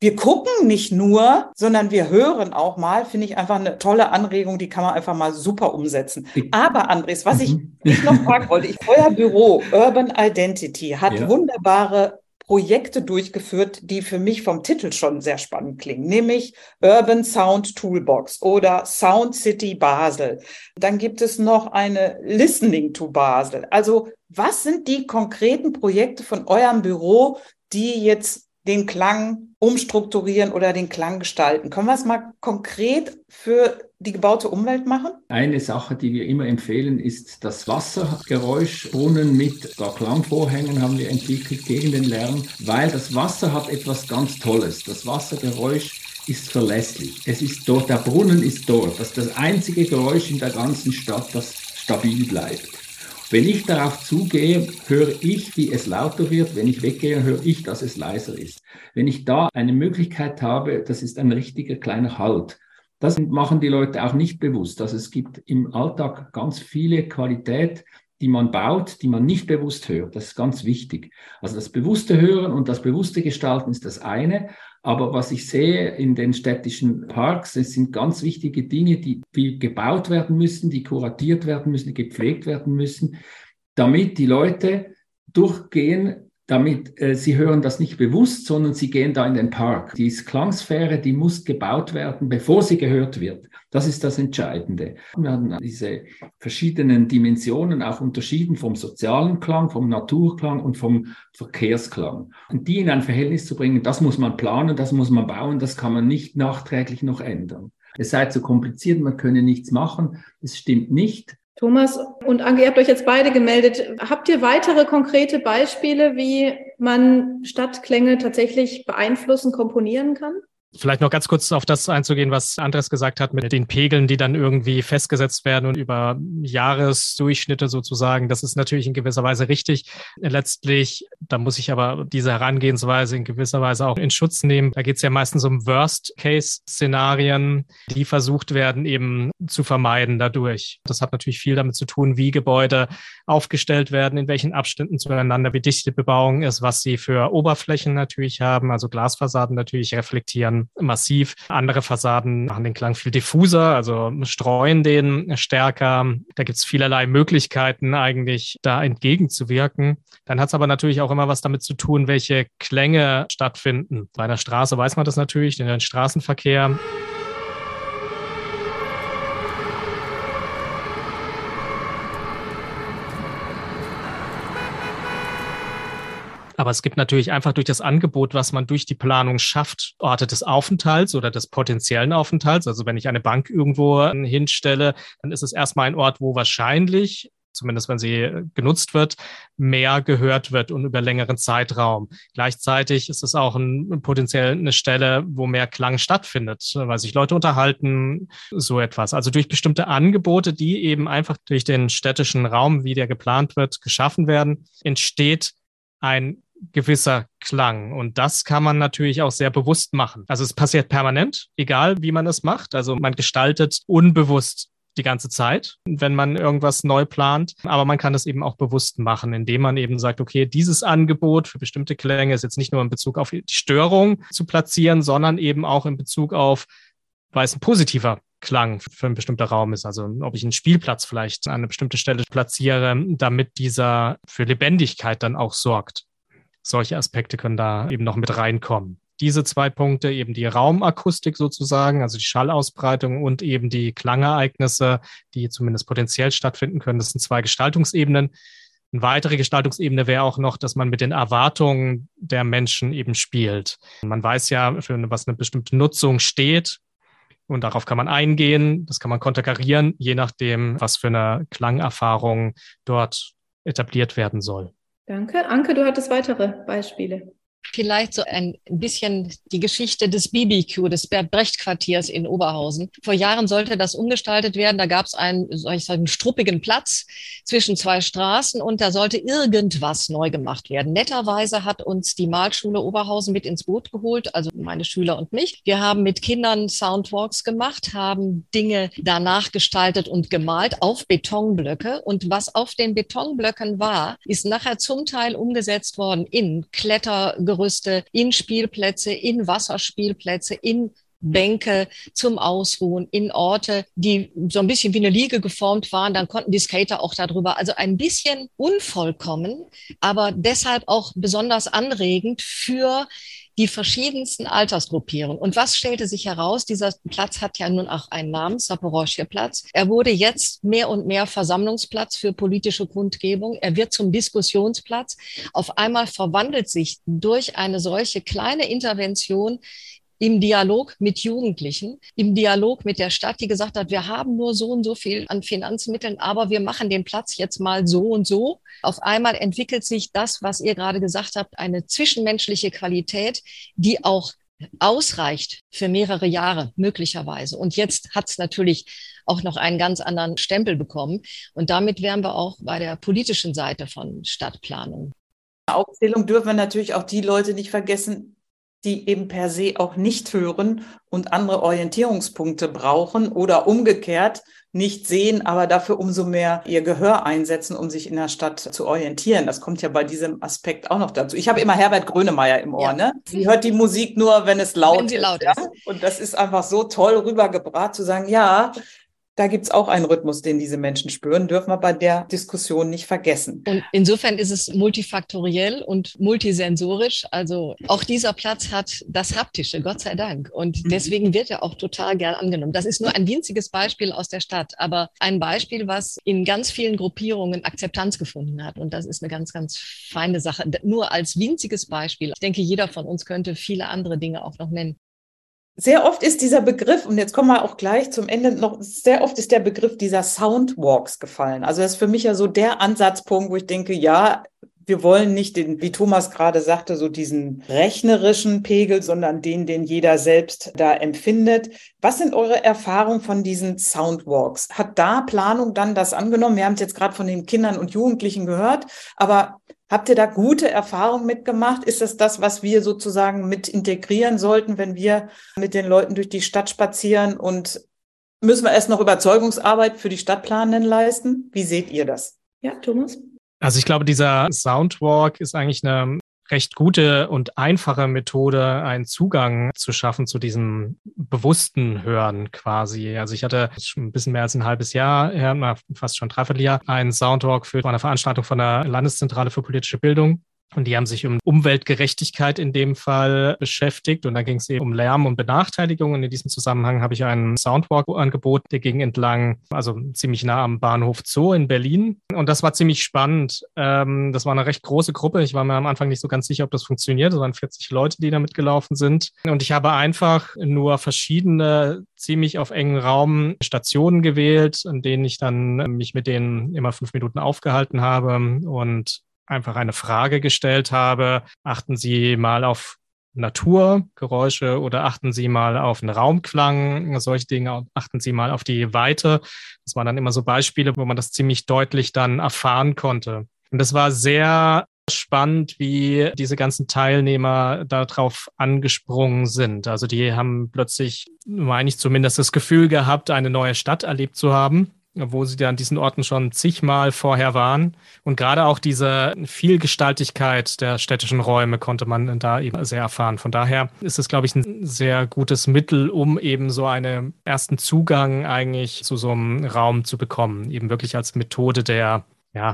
wir gucken nicht nur, sondern wir hören auch mal, finde ich einfach eine tolle Anregung, die kann man einfach mal super umsetzen. Aber Andres, was ich dich noch fragen wollte, euer Büro Urban Identity hat wunderbare Projekte durchgeführt, die für mich vom Titel schon sehr spannend klingen, nämlich Urban Sound Toolbox oder Sound City Basel. Dann gibt es noch eine Listening to Basel. Also was sind die konkreten Projekte von eurem Büro, die jetzt den Klang umstrukturieren oder den Klang gestalten? Können wir es mal konkret für die gebaute Umwelt machen? Eine Sache, die wir immer empfehlen, ist das Wassergeräusch. Brunnen mit Klangvorhängen haben wir entwickelt gegen den Lärm, weil das Wasser hat etwas ganz Tolles. Das Wassergeräusch ist verlässlich. Es ist dort, der Brunnen ist dort. Das ist das einzige Geräusch in der ganzen Stadt, das stabil bleibt. Wenn ich darauf zugehe, höre ich, wie es lauter wird. Wenn ich weggehe, höre ich, dass es leiser ist. Wenn ich da eine Möglichkeit habe, das ist ein richtiger kleiner Halt. Das machen die Leute auch nicht bewusst. Also es gibt im Alltag ganz viele Qualität, die man baut, die man nicht bewusst hört. Das ist ganz wichtig. Also das bewusste Hören und das bewusste Gestalten ist das eine. Aber was ich sehe in den städtischen Parks, es sind ganz wichtige Dinge, die gebaut werden müssen, die kuratiert werden müssen, die gepflegt werden müssen, damit die Leute durchgehen, damit sie hören das nicht bewusst, sondern sie gehen da in den Park. Die Klangsphäre, die muss gebaut werden, bevor sie gehört wird. Das ist das Entscheidende. Wir haben diese verschiedenen Dimensionen auch unterschieden vom sozialen Klang, vom Naturklang und vom Verkehrsklang. Und die in ein Verhältnis zu bringen, das muss man planen, das muss man bauen, das kann man nicht nachträglich noch ändern. Es sei zu kompliziert, man könne nichts machen. Es stimmt nicht. Thomas und Anke, ihr habt euch jetzt beide gemeldet. Habt ihr weitere konkrete Beispiele, wie man Stadtklänge tatsächlich beeinflussen, komponieren kann? Vielleicht noch ganz kurz auf das einzugehen, was Andres gesagt hat mit den Pegeln, die dann irgendwie festgesetzt werden und über Jahresdurchschnitte sozusagen. Das ist natürlich in gewisser Weise richtig. Letztlich, da muss ich aber diese Herangehensweise in gewisser Weise auch in Schutz nehmen. Da geht es ja meistens um Worst-Case-Szenarien, die versucht werden eben zu vermeiden dadurch. Das hat natürlich viel damit zu tun, wie Gebäude aufgestellt werden, in welchen Abständen zueinander, wie dicht die Bebauung ist, was sie für Oberflächen natürlich haben, also Glasfassaden natürlich reflektieren massiv. Andere Fassaden machen den Klang viel diffuser, also streuen den stärker. Da gibt es vielerlei Möglichkeiten eigentlich, da entgegenzuwirken. Dann hat es aber natürlich auch immer was damit zu tun, welche Klänge stattfinden. Bei einer Straße weiß man das natürlich, den Straßenverkehr. Aber es gibt natürlich einfach durch das Angebot, was man durch die Planung schafft, Orte des Aufenthalts oder des potenziellen Aufenthalts. Also wenn ich eine Bank irgendwo hinstelle, dann ist es erstmal ein Ort, wo wahrscheinlich, zumindest wenn sie genutzt wird, mehr gehört wird und über längeren Zeitraum. Gleichzeitig ist es auch potenziell eine Stelle, wo mehr Klang stattfindet, weil sich Leute unterhalten, so etwas. Also durch bestimmte Angebote, die eben einfach durch den städtischen Raum, wie der geplant wird, geschaffen werden, entsteht ein gewisser Klang. Und das kann man natürlich auch sehr bewusst machen. Also es passiert permanent, egal wie man es macht. Also man gestaltet unbewusst die ganze Zeit, wenn man irgendwas neu plant. Aber man kann es eben auch bewusst machen, indem man eben sagt, okay, dieses Angebot für bestimmte Klänge ist jetzt nicht nur in Bezug auf die Störung zu platzieren, sondern eben auch in Bezug auf, weil es ein positiver Klang für ein bestimmter Raum ist. Also ob ich einen Spielplatz vielleicht an eine bestimmte Stelle platziere, damit dieser für Lebendigkeit dann auch sorgt. Solche Aspekte können da eben noch mit reinkommen. Diese zwei Punkte, eben die Raumakustik sozusagen, also die Schallausbreitung und eben die Klangereignisse, die zumindest potenziell stattfinden können, das sind zwei Gestaltungsebenen. Eine weitere Gestaltungsebene wäre auch noch, dass man mit den Erwartungen der Menschen eben spielt. Man weiß ja, für was eine bestimmte Nutzung steht, und darauf kann man eingehen, das kann man konterkarieren, je nachdem, was für eine Klangerfahrung dort etabliert werden soll. Danke. Anke, du hattest weitere Beispiele. Vielleicht so ein bisschen die Geschichte des BBQ, des Bert-Brecht-Quartiers in Oberhausen. Vor Jahren sollte das umgestaltet werden. Da gab es einen, soll ich sagen, struppigen Platz zwischen zwei Straßen und da sollte irgendwas neu gemacht werden. Netterweise hat uns die Malschule Oberhausen mit ins Boot geholt, also meine Schüler und mich. Wir haben mit Kindern Soundwalks gemacht, haben Dinge danach gestaltet und gemalt auf Betonblöcke. Und was auf den Betonblöcken war, ist nachher zum Teil umgesetzt worden in Klettergerüste, Kindergerüste, in Spielplätze, in Wasserspielplätze, in Bänke zum Ausruhen, in Orte, die so ein bisschen wie eine Liege geformt waren. Dann konnten die Skater auch darüber. Also ein bisschen unvollkommen, aber deshalb auch besonders anregend für die verschiedensten Altersgruppierungen. Und was stellte sich heraus? Dieser Platz hat ja nun auch einen Namen, Saporoschje-Platz. Er wurde jetzt mehr und mehr Versammlungsplatz für politische Kundgebung. Er wird zum Diskussionsplatz. Auf einmal verwandelt sich durch eine solche kleine Intervention im Dialog mit Jugendlichen, im Dialog mit der Stadt, die gesagt hat, wir haben nur so und so viel an Finanzmitteln, aber wir machen den Platz jetzt mal so und so. Auf einmal entwickelt sich das, was ihr gerade gesagt habt, eine zwischenmenschliche Qualität, die auch ausreicht für mehrere Jahre möglicherweise. Und jetzt hat es natürlich auch noch einen ganz anderen Stempel bekommen. Und damit wären wir auch bei der politischen Seite von Stadtplanung. In der Aufzählung dürfen wir natürlich auch die Leute nicht vergessen, die eben per se auch nicht hören und andere Orientierungspunkte brauchen oder umgekehrt nicht sehen, aber dafür umso mehr ihr Gehör einsetzen, um sich in der Stadt zu orientieren. Das kommt ja bei diesem Aspekt auch noch dazu. Ich habe immer Herbert Grönemeyer im Ohr, ne? Sie hört die Musik nur, wenn es laut ist. Ja? Und das ist einfach so toll rübergebracht, zu sagen, ja, da gibt es auch einen Rhythmus, den diese Menschen spüren, dürfen wir bei der Diskussion nicht vergessen. Und insofern ist es multifaktoriell und multisensorisch. Also auch dieser Platz hat das Haptische, Gott sei Dank. Und deswegen wird er auch total gern angenommen. Das ist nur ein winziges Beispiel aus der Stadt, aber ein Beispiel, was in ganz vielen Gruppierungen Akzeptanz gefunden hat. Und das ist eine ganz, ganz feine Sache. Nur als winziges Beispiel. Ich denke, jeder von uns könnte viele andere Dinge auch noch nennen. Sehr oft ist dieser Begriff, und jetzt kommen wir auch gleich zum Ende noch, sehr oft ist der Begriff dieser Soundwalks gefallen. Also das ist für mich ja so der Ansatzpunkt, wo ich denke, ja, wir wollen nicht den, wie Thomas gerade sagte, so diesen rechnerischen Pegel, sondern den jeder selbst da empfindet. Was sind eure Erfahrungen von diesen Soundwalks? Hat da Planung dann das angenommen? Wir haben es jetzt gerade von den Kindern und Jugendlichen gehört, aber habt ihr da gute Erfahrungen mitgemacht? Ist das, was wir sozusagen mit integrieren sollten, wenn wir mit den Leuten durch die Stadt spazieren? Und müssen wir erst noch Überzeugungsarbeit für die Stadtplanenden leisten? Wie seht ihr das? Ja, Thomas? Also ich glaube, dieser Soundwalk ist eigentlich eine recht gute und einfache Methode, einen Zugang zu schaffen zu diesem bewussten Hören quasi. Also ich hatte schon ein bisschen mehr als ein halbes Jahr her, fast schon ein Dreivierteljahr, einen Soundwalk für eine Veranstaltung von der Landeszentrale für politische Bildung. Und die haben sich um Umweltgerechtigkeit in dem Fall beschäftigt. Und da ging es eben um Lärm und Benachteiligung. Und in diesem Zusammenhang habe ich einen Soundwalk angeboten, der ging entlang, also ziemlich nah am Bahnhof Zoo in Berlin. Und das war ziemlich spannend. Das war eine recht große Gruppe. Ich war mir am Anfang nicht so ganz sicher, ob das funktioniert. Es waren 40 Leute, die da mitgelaufen sind. Und ich habe einfach nur verschiedene, ziemlich auf engen Raum Stationen gewählt, an denen ich dann mich mit denen immer 5 Minuten aufgehalten habe und einfach eine Frage gestellt habe. Achten Sie mal auf Naturgeräusche oder achten Sie mal auf einen Raumklang, solche Dinge, achten Sie mal auf die Weite. Das waren dann immer so Beispiele, wo man das ziemlich deutlich dann erfahren konnte. Und das war sehr spannend, wie diese ganzen Teilnehmer darauf angesprungen sind. Also die haben plötzlich, meine ich zumindest, das Gefühl gehabt, eine neue Stadt erlebt zu haben, wo sie dann an diesen Orten schon zigmal vorher waren. Und gerade auch diese Vielgestaltigkeit der städtischen Räume konnte man da eben sehr erfahren. Von daher ist es, glaube ich, ein sehr gutes Mittel, um eben so einen ersten Zugang eigentlich zu so einem Raum zu bekommen. Eben wirklich als Methode der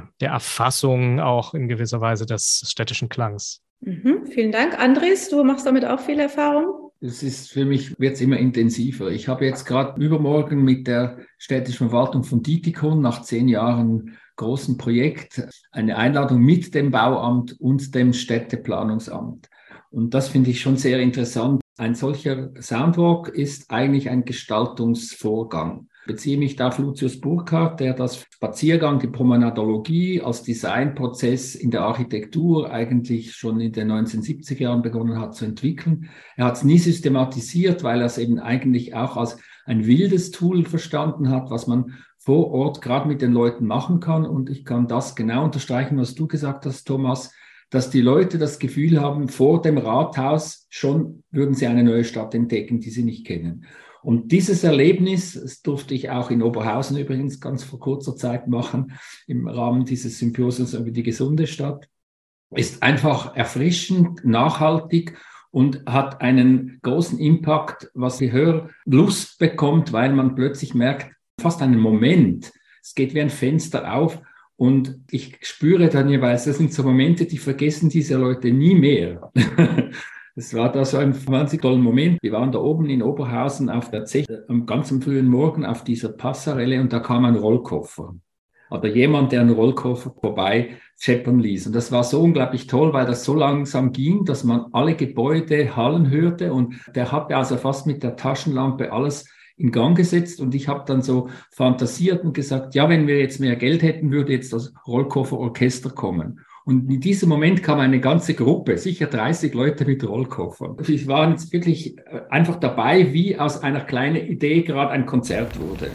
Erfassung auch in gewisser Weise des städtischen Klangs. Vielen Dank. Andres, du machst damit auch viel Erfahrung? Das ist für mich, wird es immer intensiver. Ich habe jetzt gerade übermorgen mit der städtischen Verwaltung von Dietikon nach 10 Jahren großen Projekt eine Einladung mit dem Bauamt und dem Städteplanungsamt. Und das finde ich schon sehr interessant. Ein solcher Soundwalk ist eigentlich ein Gestaltungsvorgang. Ich beziehe mich da auf Lucius Burkhardt, der das Spaziergang, die Promenadologie als Designprozess in der Architektur eigentlich schon in den 1970er Jahren begonnen hat zu entwickeln. Er hat es nie systematisiert, weil er es eben eigentlich auch als ein wildes Tool verstanden hat, was man vor Ort gerade mit den Leuten machen kann. Und ich kann das genau unterstreichen, was du gesagt hast, Thomas, dass die Leute das Gefühl haben, vor dem Rathaus schon würden sie eine neue Stadt entdecken, die sie nicht kennen. Und dieses Erlebnis, das durfte ich auch in Oberhausen übrigens ganz vor kurzer Zeit machen, im Rahmen dieses Symposiums über die gesunde Stadt. ist einfach erfrischend, nachhaltig und hat einen großen Impact, was die Hörlust bekommt, weil man plötzlich merkt, fast einen Moment, es geht wie ein Fenster auf und ich spüre dann jeweils, das sind so Momente, die vergessen diese Leute nie mehr. Es war da so ein wahnsinnig toller Moment. Wir waren da oben in Oberhausen auf der Zeche am ganz frühen Morgen auf dieser Passarelle und da kam ein Rollkoffer. Oder jemand, der einen Rollkoffer vorbei scheppern ließ. Und das war so unglaublich toll, weil das so langsam ging, dass man alle Gebäude hallen hörte. Und der hatte also fast mit der Taschenlampe alles in Gang gesetzt. Und ich habe dann so fantasiert und gesagt, ja, wenn wir jetzt mehr Geld hätten, würde jetzt das Rollkofferorchester kommen. Und in diesem Moment kam eine ganze Gruppe, sicher 30 Leute mit Rollkoffern. Wir waren jetzt wirklich einfach dabei, wie aus einer kleinen Idee gerade ein Konzert wurde.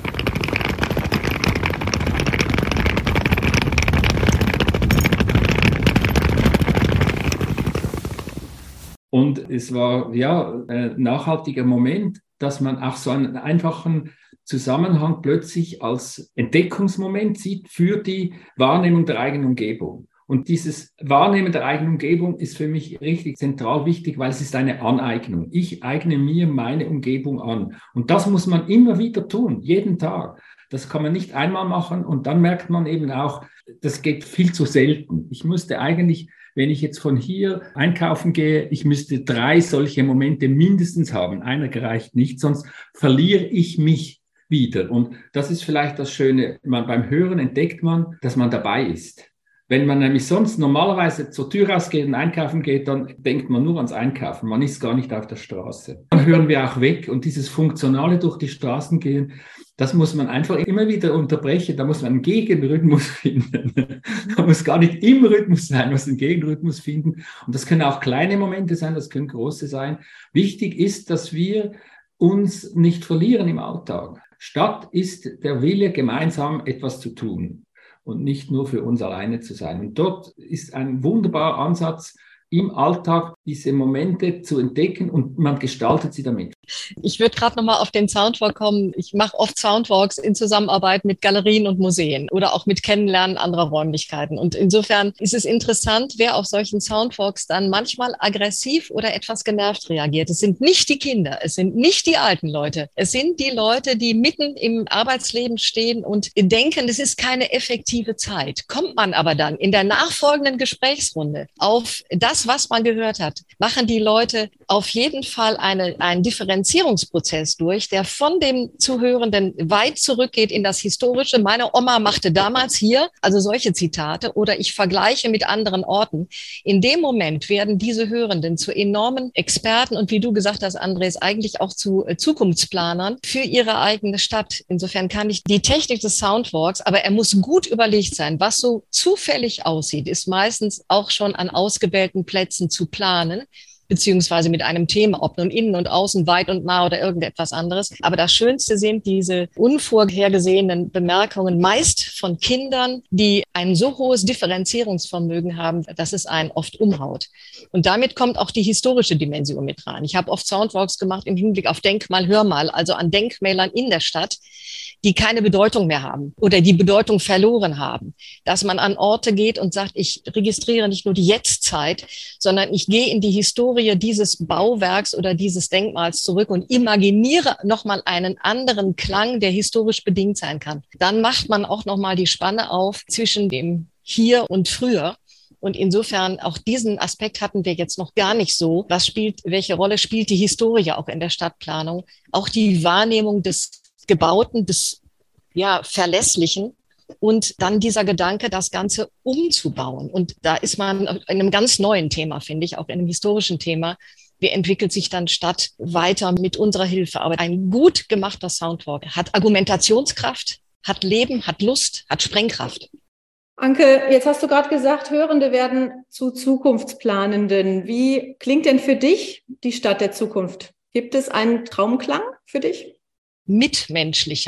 Und es war ja ein nachhaltiger Moment, dass man auch so einen einfachen Zusammenhang plötzlich als Entdeckungsmoment sieht für die Wahrnehmung der eigenen Umgebung. Und dieses Wahrnehmen der eigenen Umgebung ist für mich richtig zentral wichtig, weil es ist eine Aneignung. Ich eigne mir meine Umgebung an. Und das muss man immer wieder tun, jeden Tag. Das kann man nicht einmal machen und dann merkt man eben auch, das geht viel zu selten. Ich müsste eigentlich, wenn ich jetzt von hier einkaufen gehe, ich müsste 3 solche Momente mindestens haben. Einer gereicht nicht, sonst verliere ich mich wieder. Und das ist vielleicht das Schöne, beim Hören entdeckt man, dass man dabei ist. Wenn man nämlich sonst normalerweise zur Tür rausgeht und einkaufen geht, dann denkt man nur ans Einkaufen. Man ist gar nicht auf der Straße. Dann hören wir auch weg und dieses funktionale durch die Straßen gehen, das muss man einfach immer wieder unterbrechen. Da muss man einen Gegenrhythmus finden. Man muss gar nicht im Rhythmus sein, man muss einen Gegenrhythmus finden. Und das können auch kleine Momente sein, das können große sein. Wichtig ist, dass wir uns nicht verlieren im Alltag. Statt ist der Wille, gemeinsam etwas zu tun und nicht nur für uns alleine zu sein. Und dort ist ein wunderbarer Ansatz, im Alltag diese Momente zu entdecken und man gestaltet sie damit. Ich würde gerade nochmal auf den Soundwalk kommen. Ich mache oft Soundwalks in Zusammenarbeit mit Galerien und Museen oder auch mit Kennenlernen anderer Räumlichkeiten. Und insofern ist es interessant, wer auf solchen Soundwalks dann manchmal aggressiv oder etwas genervt reagiert. Es sind nicht die Kinder, es sind nicht die alten Leute. Es sind die Leute, die mitten im Arbeitsleben stehen und denken, es ist keine effektive Zeit. Kommt man aber dann in der nachfolgenden Gesprächsrunde auf das, was man gehört hat, machen die Leute auf jeden Fall einen Differenzierungsprozess durch, der von dem Zuhörenden weit zurückgeht in das Historische. Meine Oma machte damals hier, also solche Zitate, oder ich vergleiche mit anderen Orten. In dem Moment werden diese Hörenden zu enormen Experten und wie du gesagt hast, Andres, eigentlich auch zu Zukunftsplanern für ihre eigene Stadt. Insofern kann ich die Technik des Soundwalks, aber er muss gut überlegt sein. Was so zufällig aussieht, ist meistens auch schon an ausgewählten Plätzen zu planen, beziehungsweise mit einem Thema, ob nun innen und außen, weit und nah oder irgendetwas anderes. Aber das Schönste sind diese unvorhergesehenen Bemerkungen, meist von Kindern, die ein so hohes Differenzierungsvermögen haben, dass es einen oft umhaut. Und damit kommt auch die historische Dimension mit rein. Ich habe oft Soundwalks gemacht im Hinblick auf Denkmal, Hörmal, also an Denkmälern in der Stadt, die keine Bedeutung mehr haben oder die Bedeutung verloren haben. Dass man an Orte geht und sagt, ich registriere nicht nur die Jetztzeit, sondern ich gehe in die Historie dieses Bauwerks oder dieses Denkmals zurück und imaginiere nochmal einen anderen Klang, der historisch bedingt sein kann. Dann macht man auch nochmal die Spanne auf zwischen dem Hier und Früher. Und insofern auch diesen Aspekt hatten wir jetzt noch gar nicht so. Welche Rolle spielt die Historie auch in der Stadtplanung? Auch die Wahrnehmung des Gebauten, des Verlässlichen und dann dieser Gedanke, das Ganze umzubauen. Und da ist man in einem ganz neuen Thema, finde ich, auch in einem historischen Thema. Wie entwickelt sich dann Stadt weiter mit unserer Hilfe? Aber ein gut gemachter Soundwalk hat Argumentationskraft, hat Leben, hat Lust, hat Sprengkraft. Anke, jetzt hast du gerade gesagt, Hörende werden zu Zukunftsplanenden. Wie klingt denn für dich die Stadt der Zukunft? Gibt es einen Traumklang für dich? Mitmenschlicher.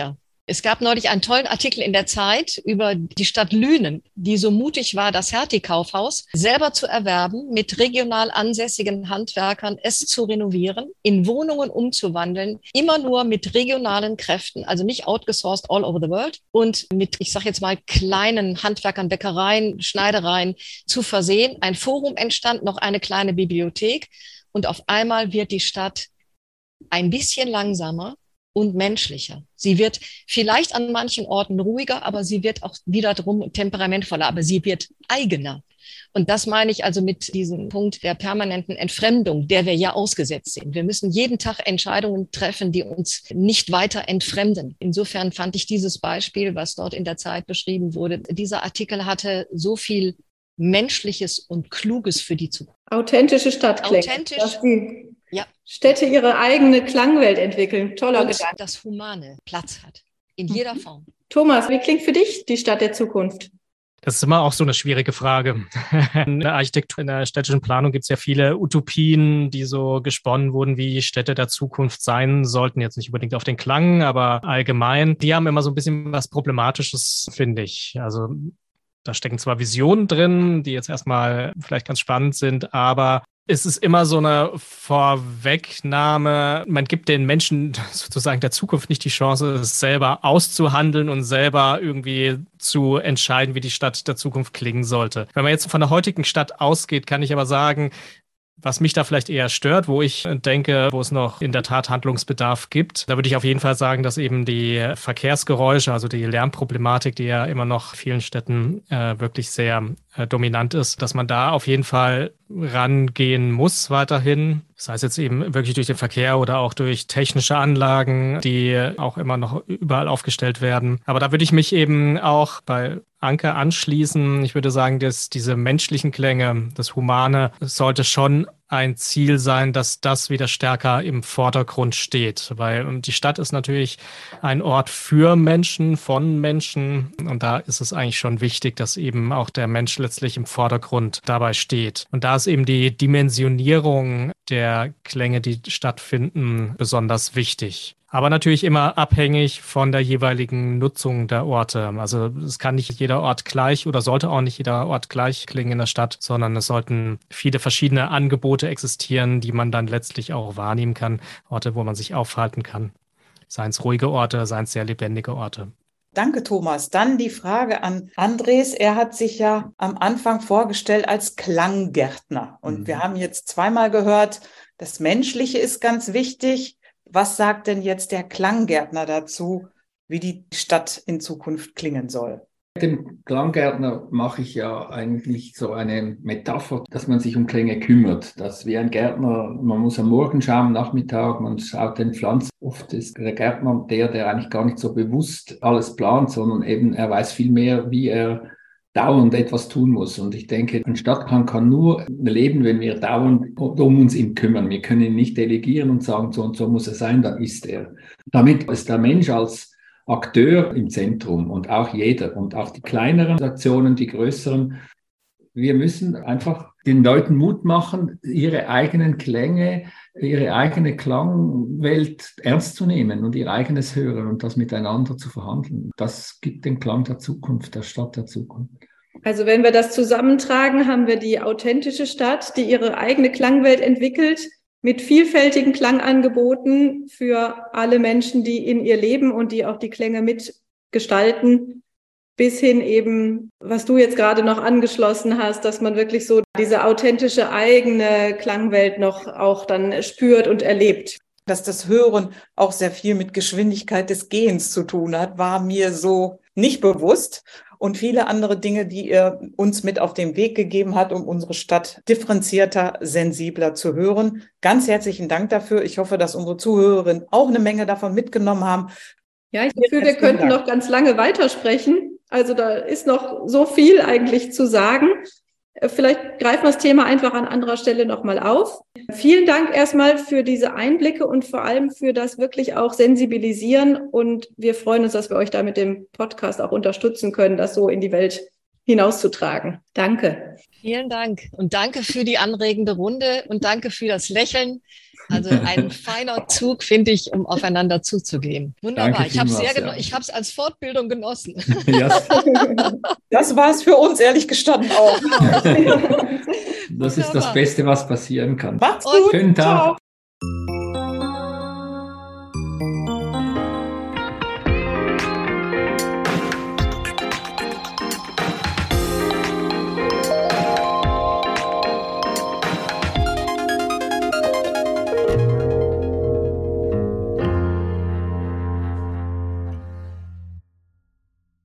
Es gab neulich einen tollen Artikel in der Zeit über die Stadt Lünen, die so mutig war, das Hertie-Kaufhaus selber zu erwerben, mit regional ansässigen Handwerkern es zu renovieren, in Wohnungen umzuwandeln, immer nur mit regionalen Kräften, also nicht outgesourced all over the world und mit, ich sage jetzt mal, kleinen Handwerkern, Bäckereien, Schneidereien zu versehen. Ein Forum entstand, noch eine kleine Bibliothek und auf einmal wird die Stadt ein bisschen langsamer und menschlicher. Sie wird vielleicht an manchen Orten ruhiger, aber sie wird auch wiederum temperamentvoller, aber sie wird eigener. Und das meine ich also mit diesem Punkt der permanenten Entfremdung, der wir ja ausgesetzt sind. Wir müssen jeden Tag Entscheidungen treffen, die uns nicht weiter entfremden. Insofern fand ich dieses Beispiel, was dort in der Zeit beschrieben wurde, dieser Artikel hatte so viel Menschliches und Kluges für die Zukunft. Authentische Stadtklänge. Authentisch. Dass die Ja. Städte ihre eigene Klangwelt entwickeln. Toller Und Gedanke. das Humane Platz hat. In jeder Form. Thomas, wie klingt für dich die Stadt der Zukunft? Das ist immer auch so eine schwierige Frage. In der Architektur, in der städtischen Planung gibt es ja viele Utopien, die so gesponnen wurden, wie Städte der Zukunft sein sollten. Jetzt nicht unbedingt auf den Klang, aber allgemein. Die haben immer so ein bisschen was Problematisches, finde ich. Also da stecken zwar Visionen drin, die jetzt erstmal vielleicht ganz spannend sind, aber es ist immer so eine Vorwegnahme. Man gibt den Menschen sozusagen der Zukunft nicht die Chance, es selber auszuhandeln und selber irgendwie zu entscheiden, wie die Stadt der Zukunft klingen sollte. Wenn man jetzt von der heutigen Stadt ausgeht, kann ich aber sagen, was mich da vielleicht eher stört, wo ich denke, wo es noch in der Tat Handlungsbedarf gibt, da würde ich auf jeden Fall sagen, dass eben die Verkehrsgeräusche, also die Lärmproblematik, die ja immer noch in vielen Städten wirklich sehr dominant ist, dass man da auf jeden Fall rangehen muss weiterhin. Das heißt jetzt eben wirklich durch den Verkehr oder auch durch technische Anlagen, die auch immer noch überall aufgestellt werden. Aber da würde ich mich eben auch bei Anke anschließen. Ich würde sagen, dass diese menschlichen Klänge, das Humane, sollte schon ein Ziel sein, dass das wieder stärker im Vordergrund steht. Weil die Stadt ist natürlich ein Ort für Menschen, von Menschen. Und da ist es eigentlich schon wichtig, dass eben auch der Mensch letztlich im Vordergrund dabei steht. Und da ist eben die Dimensionierung der Klänge, die stattfinden, besonders wichtig. Aber natürlich immer abhängig von der jeweiligen Nutzung der Orte. Also es kann nicht jeder Ort gleich oder sollte auch nicht jeder Ort gleich klingen in der Stadt, sondern es sollten viele verschiedene Angebote existieren, die man dann letztlich auch wahrnehmen kann. Orte, wo man sich aufhalten kann. Seien es ruhige Orte, seien es sehr lebendige Orte. Danke, Thomas. Dann die Frage an Andres. Er hat sich ja am Anfang vorgestellt als Klanggärtner. Und wir haben jetzt zweimal gehört, das Menschliche ist ganz wichtig. Was sagt denn jetzt der Klanggärtner dazu, wie die Stadt in Zukunft klingen soll? Mit dem Klanggärtner mache ich ja eigentlich so eine Metapher, dass man sich um Klänge kümmert. Dass wie ein Gärtner, man muss am Morgen schauen, am Nachmittag, man schaut den Pflanzen. Oft ist der Gärtner der eigentlich gar nicht so bewusst alles plant, sondern eben er weiß viel mehr, wie er dauernd etwas tun muss. Und ich denke, ein Stadtklang kann nur leben, wenn wir dauernd um uns ihn kümmern. Wir können ihn nicht delegieren und sagen, so und so muss er sein, dann ist er. Damit ist der Mensch als Akteur im Zentrum und auch jeder und auch die kleineren Aktionen, die größeren. Wir müssen einfach den Leuten Mut machen, ihre eigenen Klänge, ihre eigene Klangwelt ernst zu nehmen und ihr eigenes Hören und das miteinander zu verhandeln. Das gibt den Klang der Zukunft, der Stadt der Zukunft. Also wenn wir das zusammentragen, haben wir die authentische Stadt, die ihre eigene Klangwelt entwickelt, mit vielfältigen Klangangeboten für alle Menschen, die in ihr leben und die auch die Klänge mitgestalten, bis hin eben, was du jetzt gerade noch angeschlossen hast, dass man wirklich so diese authentische eigene Klangwelt noch auch dann spürt und erlebt. Dass das Hören auch sehr viel mit Geschwindigkeit des Gehens zu tun hat, war mir so nicht bewusst. Und viele andere Dinge, die ihr uns mit auf den Weg gegeben hat, um unsere Stadt differenzierter, sensibler zu hören. Ganz herzlichen Dank dafür. Ich hoffe, dass unsere Zuhörerinnen auch eine Menge davon mitgenommen haben. Ja, ich fühle, wir könnten noch ganz lange weitersprechen. Also da ist noch so viel eigentlich zu sagen. Vielleicht greifen wir das Thema einfach an anderer Stelle nochmal auf. Vielen Dank erstmal für diese Einblicke und vor allem für das wirklich auch Sensibilisieren. Und wir freuen uns, dass wir euch da mit dem Podcast auch unterstützen können, das so in die Welt hinauszutragen. Danke. Vielen Dank und danke für die anregende Runde und danke für das Lächeln. Also ein feiner Zug, finde ich, um aufeinander zuzugehen. Wunderbar. Ich habe es als Fortbildung genossen. Yes. Das war es für uns, ehrlich gestanden auch. Das ist das Beste, was passieren kann. Macht's gut. Schönen Tag. Ciao.